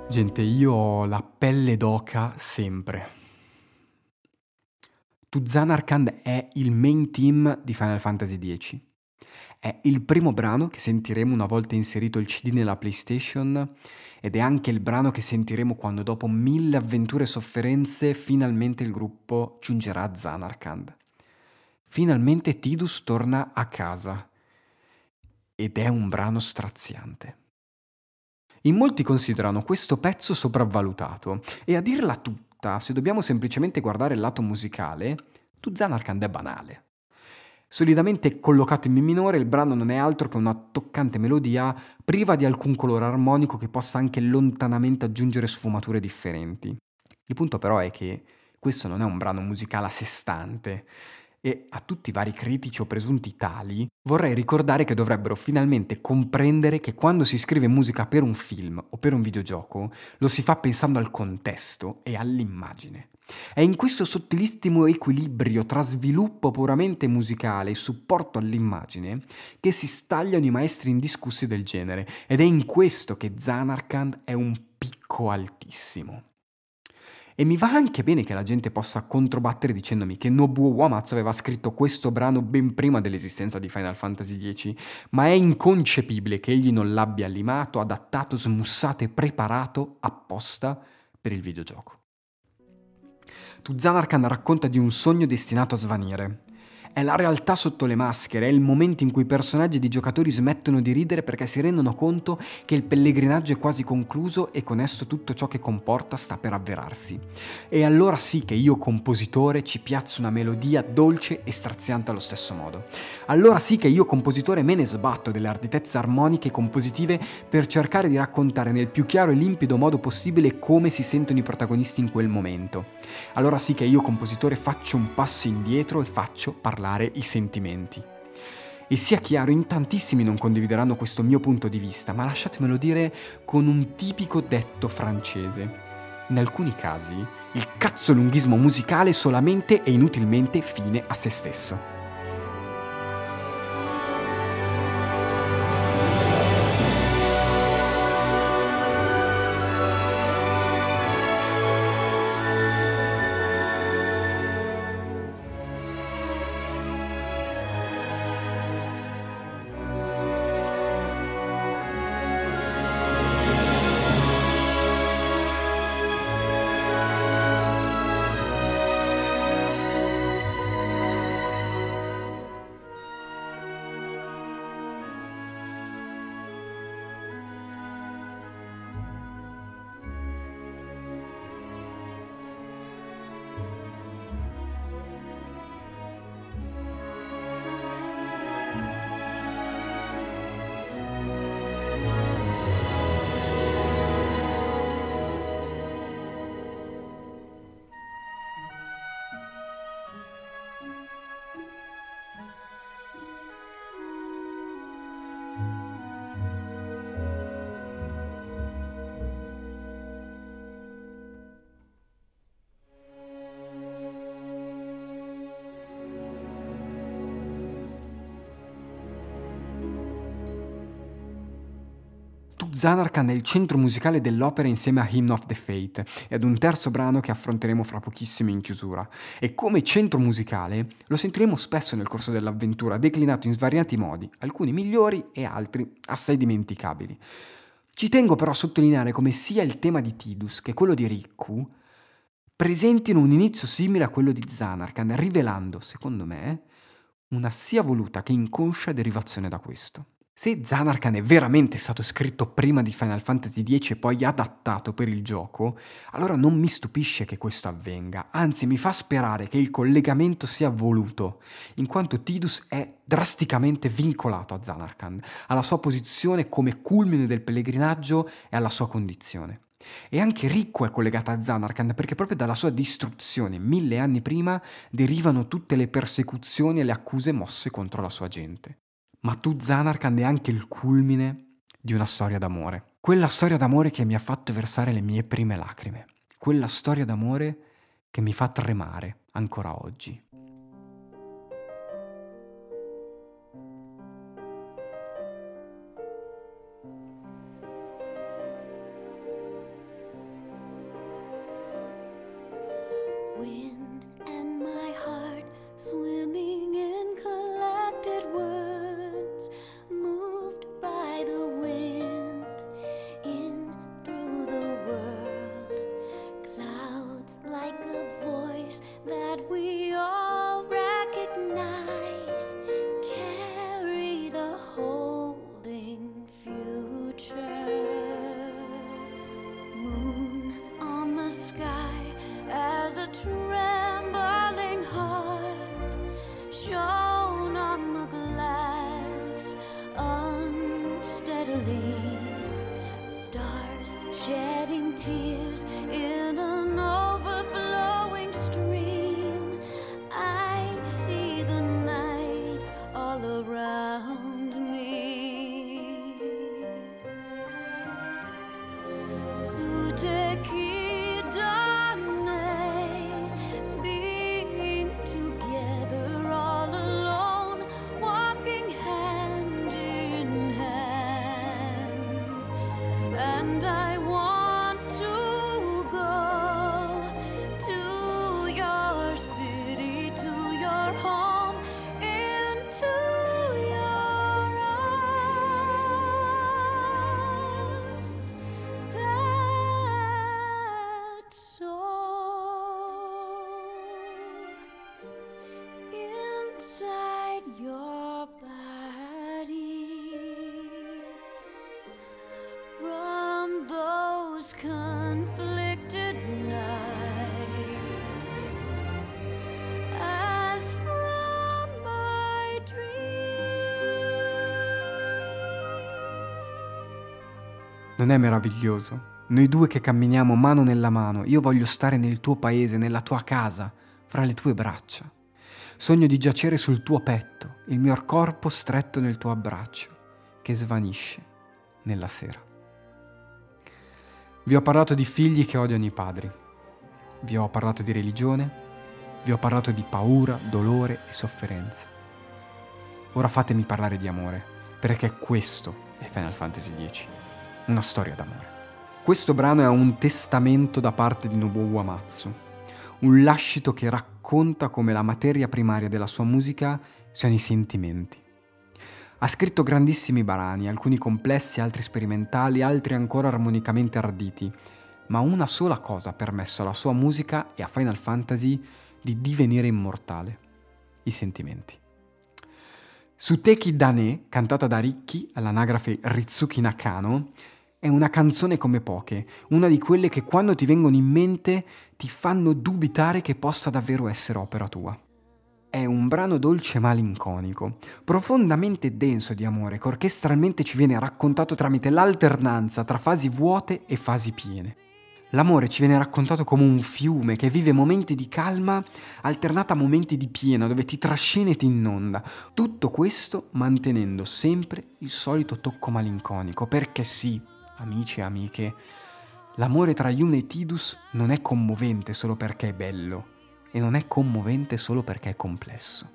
Gente, io ho la pelle d'oca sempre. To Zanarkand è il main team di Final Fantasy X. È il primo brano che sentiremo una volta inserito il CD nella PlayStation ed è anche il brano che sentiremo quando dopo 1000 avventure e sofferenze finalmente il gruppo giungerà a Zanarkand. Finalmente Tidus torna a casa ed è un brano straziante. In molti considerano questo pezzo sopravvalutato e a dirla tutta, se dobbiamo semplicemente guardare il lato musicale, To Zanarkand è banale. Solidamente collocato in Mi minore, il brano non è altro che una toccante melodia priva di alcun colore armonico che possa anche lontanamente aggiungere sfumature differenti. Il punto però è che questo non è un brano musicale a sé stante e a tutti i vari critici o presunti tali vorrei ricordare che dovrebbero finalmente comprendere che quando si scrive musica per un film o per un videogioco lo si fa pensando al contesto e all'immagine. È in questo sottilissimo equilibrio tra sviluppo puramente musicale e supporto all'immagine che si stagliano i maestri indiscussi del genere ed è in questo che Zanarkand è un picco altissimo. E mi va anche bene che la gente possa controbattere dicendomi che Nobuo Uematsu aveva scritto questo brano ben prima dell'esistenza di Final Fantasy X, ma è inconcepibile che egli non l'abbia limato, adattato, smussato e preparato apposta per il videogioco. To Zanarkand racconta di un sogno destinato a svanire. È la realtà sotto le maschere, è il momento in cui i personaggi ed i giocatori smettono di ridere perché si rendono conto che il pellegrinaggio è quasi concluso e con esso tutto ciò che comporta sta per avverarsi. E allora sì che io, compositore, ci piazzo una melodia dolce e straziante allo stesso modo. Allora sì che io, compositore, me ne sbatto delle arditezze armoniche e compositive per cercare di raccontare nel più chiaro e limpido modo possibile come si sentono i protagonisti in quel momento. Allora sì che io, compositore, faccio un passo indietro e faccio parlare i sentimenti. E sia chiaro, in tantissimi non condivideranno questo mio punto di vista, ma lasciatemelo dire con un tipico detto francese. In alcuni casi, il cazzolunghismo musicale è solamente e inutilmente fine a se stesso. To Zanarkand è il centro musicale dell'opera insieme a Hymn of the Fate e ad un terzo brano che affronteremo fra pochissimo in chiusura. E come centro musicale lo sentiremo spesso nel corso dell'avventura, declinato in svariati modi, alcuni migliori e altri assai dimenticabili. Ci tengo però a sottolineare come sia il tema di Tidus che quello di Riku presentino un inizio simile a quello di Zanarkand, rivelando, secondo me, una sia voluta che inconscia derivazione da questo. Se Zanarkand è veramente stato scritto prima di Final Fantasy X e poi adattato per il gioco, allora non mi stupisce che questo avvenga, anzi mi fa sperare che il collegamento sia voluto, in quanto Tidus è drasticamente vincolato a Zanarkand, alla sua posizione come culmine del pellegrinaggio e alla sua condizione. E anche Riku è collegata a Zanarkand perché proprio dalla sua distruzione 1000 anni prima derivano tutte le persecuzioni e le accuse mosse contro la sua gente. Ma To Zanarkand è anche il culmine di una storia d'amore. Quella storia d'amore che mi ha fatto versare le mie prime lacrime. Quella storia d'amore che mi fa tremare ancora oggi. those conflicted nights as from my Non è meraviglioso? Noi due che camminiamo mano nella mano, io voglio stare nel tuo paese, nella tua casa, fra le tue braccia. Sogno di giacere sul tuo petto, il mio corpo stretto nel tuo abbraccio, che svanisce nella sera. Vi ho parlato di figli che odiano i padri. Vi ho parlato di religione. Vi ho parlato di paura, dolore e sofferenza. Ora fatemi parlare di amore, perché questo è Final Fantasy X, una storia d'amore. Questo brano è un testamento da parte di Nobuo Uematsu, un lascito che racconta come la materia primaria della sua musica siano i sentimenti. Ha scritto grandissimi brani, alcuni complessi, altri sperimentali, altri ancora armonicamente arditi, ma una sola cosa ha permesso alla sua musica e a Final Fantasy di divenire immortale: i sentimenti. Suteki Dane, cantata da Rikki, all'anagrafe Ritsuki Nakano, è una canzone come poche, una di quelle che quando ti vengono in mente ti fanno dubitare che possa davvero essere opera tua. È un brano dolce malinconico, profondamente denso di amore, che orchestralmente ci viene raccontato tramite l'alternanza tra fasi vuote e fasi piene. L'amore ci viene raccontato come un fiume che vive momenti di calma alternata a momenti di piena, dove ti trascina e ti inonda. Tutto questo mantenendo sempre il solito tocco malinconico, perché sì, amici e amiche, l'amore tra Yuna e Tidus non è commovente solo perché è bello, e non è commovente solo perché è complesso.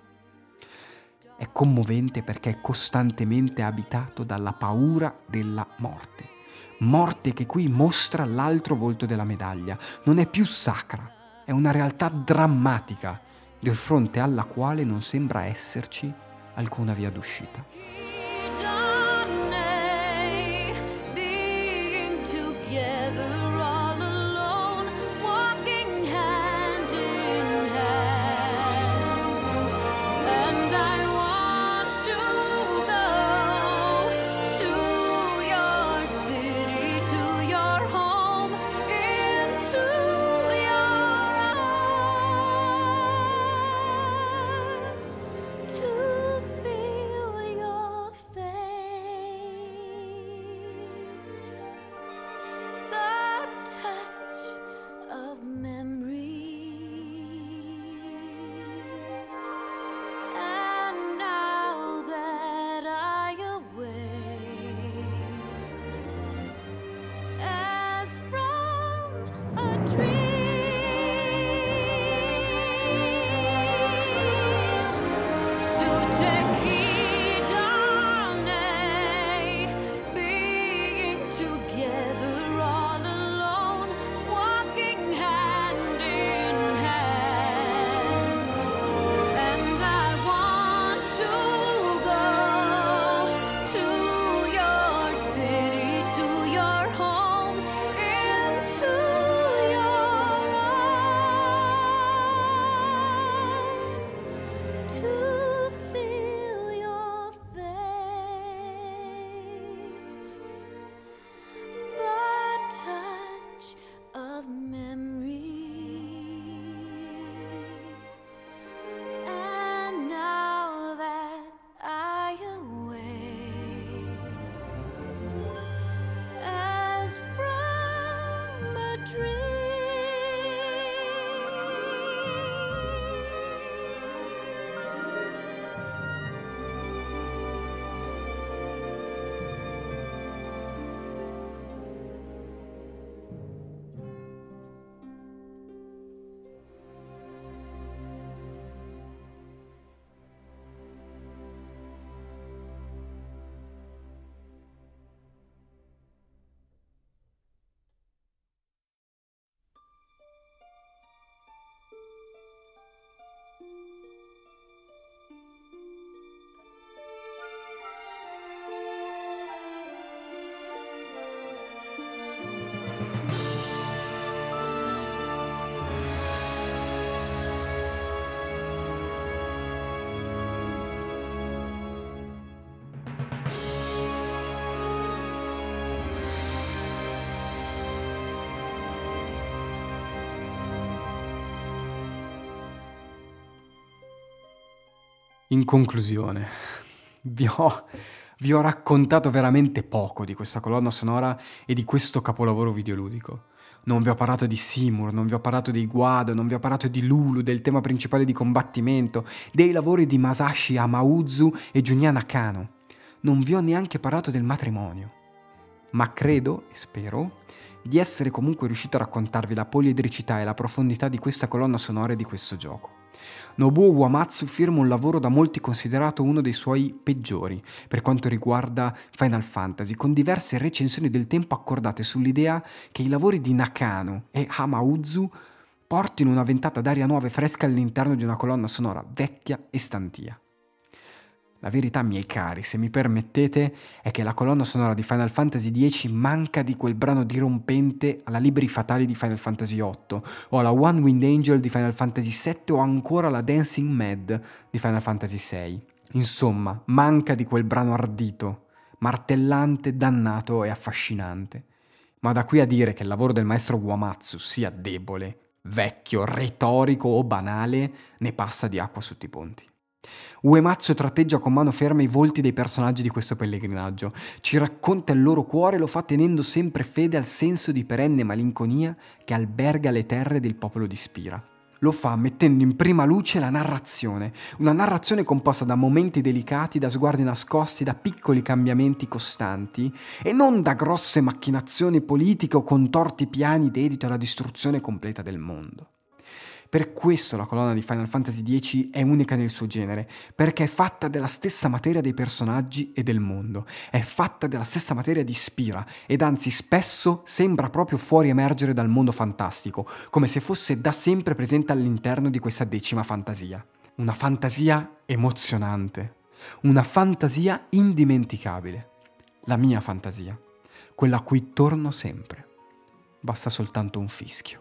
È commovente perché è costantemente abitato dalla paura della morte. Morte che qui mostra l'altro volto della medaglia. Non è più sacra, è una realtà drammatica, di fronte alla quale non sembra esserci alcuna via d'uscita. In conclusione, vi ho raccontato veramente poco di questa colonna sonora e di questo capolavoro videoludico. Non vi ho parlato di Seymour, non vi ho parlato di Guado, non vi ho parlato di Lulu, del tema principale di combattimento, dei lavori di Masashi Hamauzu e Junya Nakano. Non vi ho neanche parlato del matrimonio. Ma credo, e spero, di essere comunque riuscito a raccontarvi la poliedricità e la profondità di questa colonna sonora e di questo gioco. Nobuo Uematsu firma un lavoro da molti considerato uno dei suoi peggiori per quanto riguarda Final Fantasy, con diverse recensioni del tempo accordate sull'idea che i lavori di Nakano e Hamauzu portino una ventata d'aria nuova e fresca all'interno di una colonna sonora vecchia e stantia. La verità, miei cari, se mi permettete, è che la colonna sonora di Final Fantasy X manca di quel brano dirompente alla Libri Fatali di Final Fantasy VIII, o alla One Winged Angel di Final Fantasy VII, o ancora alla Dancing Mad di Final Fantasy VI. Insomma, manca di quel brano ardito, martellante, dannato e affascinante. Ma da qui a dire che il lavoro del maestro Uematsu sia debole, vecchio, retorico o banale, ne passa di acqua sotto i ponti. Uematsu tratteggia con mano ferma i volti dei personaggi di questo pellegrinaggio, ci racconta il loro cuore e lo fa tenendo sempre fede al senso di perenne malinconia che alberga le terre del popolo di Spira. Lo fa mettendo in prima luce la narrazione, una narrazione composta da momenti delicati, da sguardi nascosti, da piccoli cambiamenti costanti e non da grosse macchinazioni politiche o contorti piani dediti alla distruzione completa del mondo. Per questo la colonna di Final Fantasy X è unica nel suo genere, perché è fatta della stessa materia dei personaggi e del mondo, è fatta della stessa materia di Spira, ed anzi spesso sembra proprio fuori emergere dal mondo fantastico, come se fosse da sempre presente all'interno di questa 10ª fantasia. Una fantasia emozionante, una fantasia indimenticabile, la mia fantasia, quella a cui torno sempre. Basta soltanto un fischio.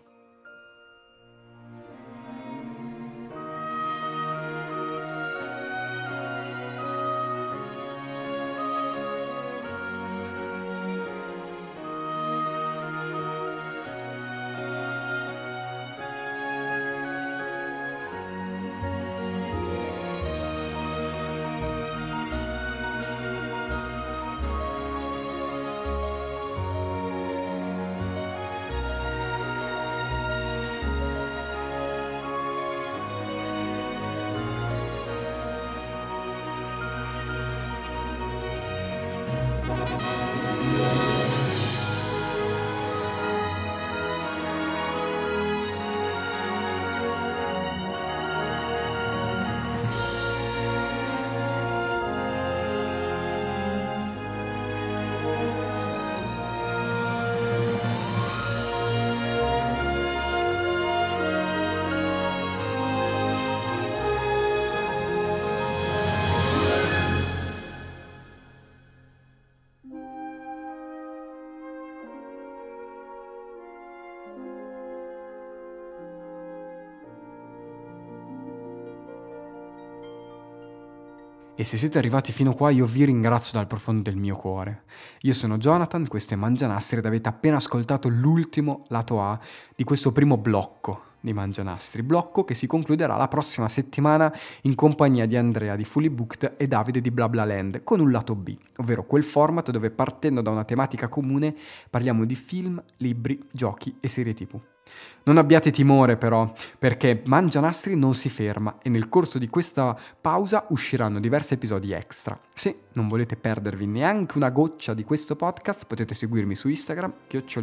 E se siete arrivati fino qua io vi ringrazio dal profondo del mio cuore. Io sono Jonathan, questo è Mangianastri ed avete appena ascoltato l'ultimo lato A di questo primo blocco di Mangianastri, blocco che si concluderà la prossima settimana in compagnia di Andrea di Fully Booked e Davide di BlaBlaLand con un lato B, ovvero quel format dove partendo da una tematica comune parliamo di film, libri, giochi e serie TV. Non abbiate timore però, perché Mangianastri non si ferma e nel corso di questa pausa usciranno diversi episodi extra. Se non volete perdervi neanche una goccia di questo podcast, potete seguirmi su Instagram,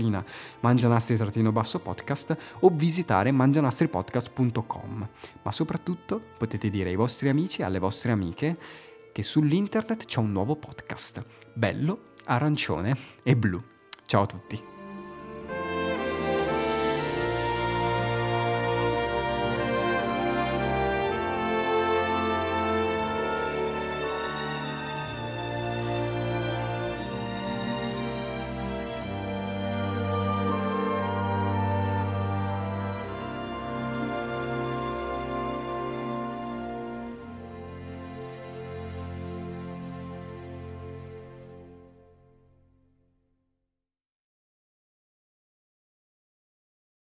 @mangianastri_podcast o visitare mangianastripodcast.com. Ma soprattutto potete dire ai vostri amici e alle vostre amiche che sull'internet c'è un nuovo podcast, bello, arancione e blu. Ciao a tutti!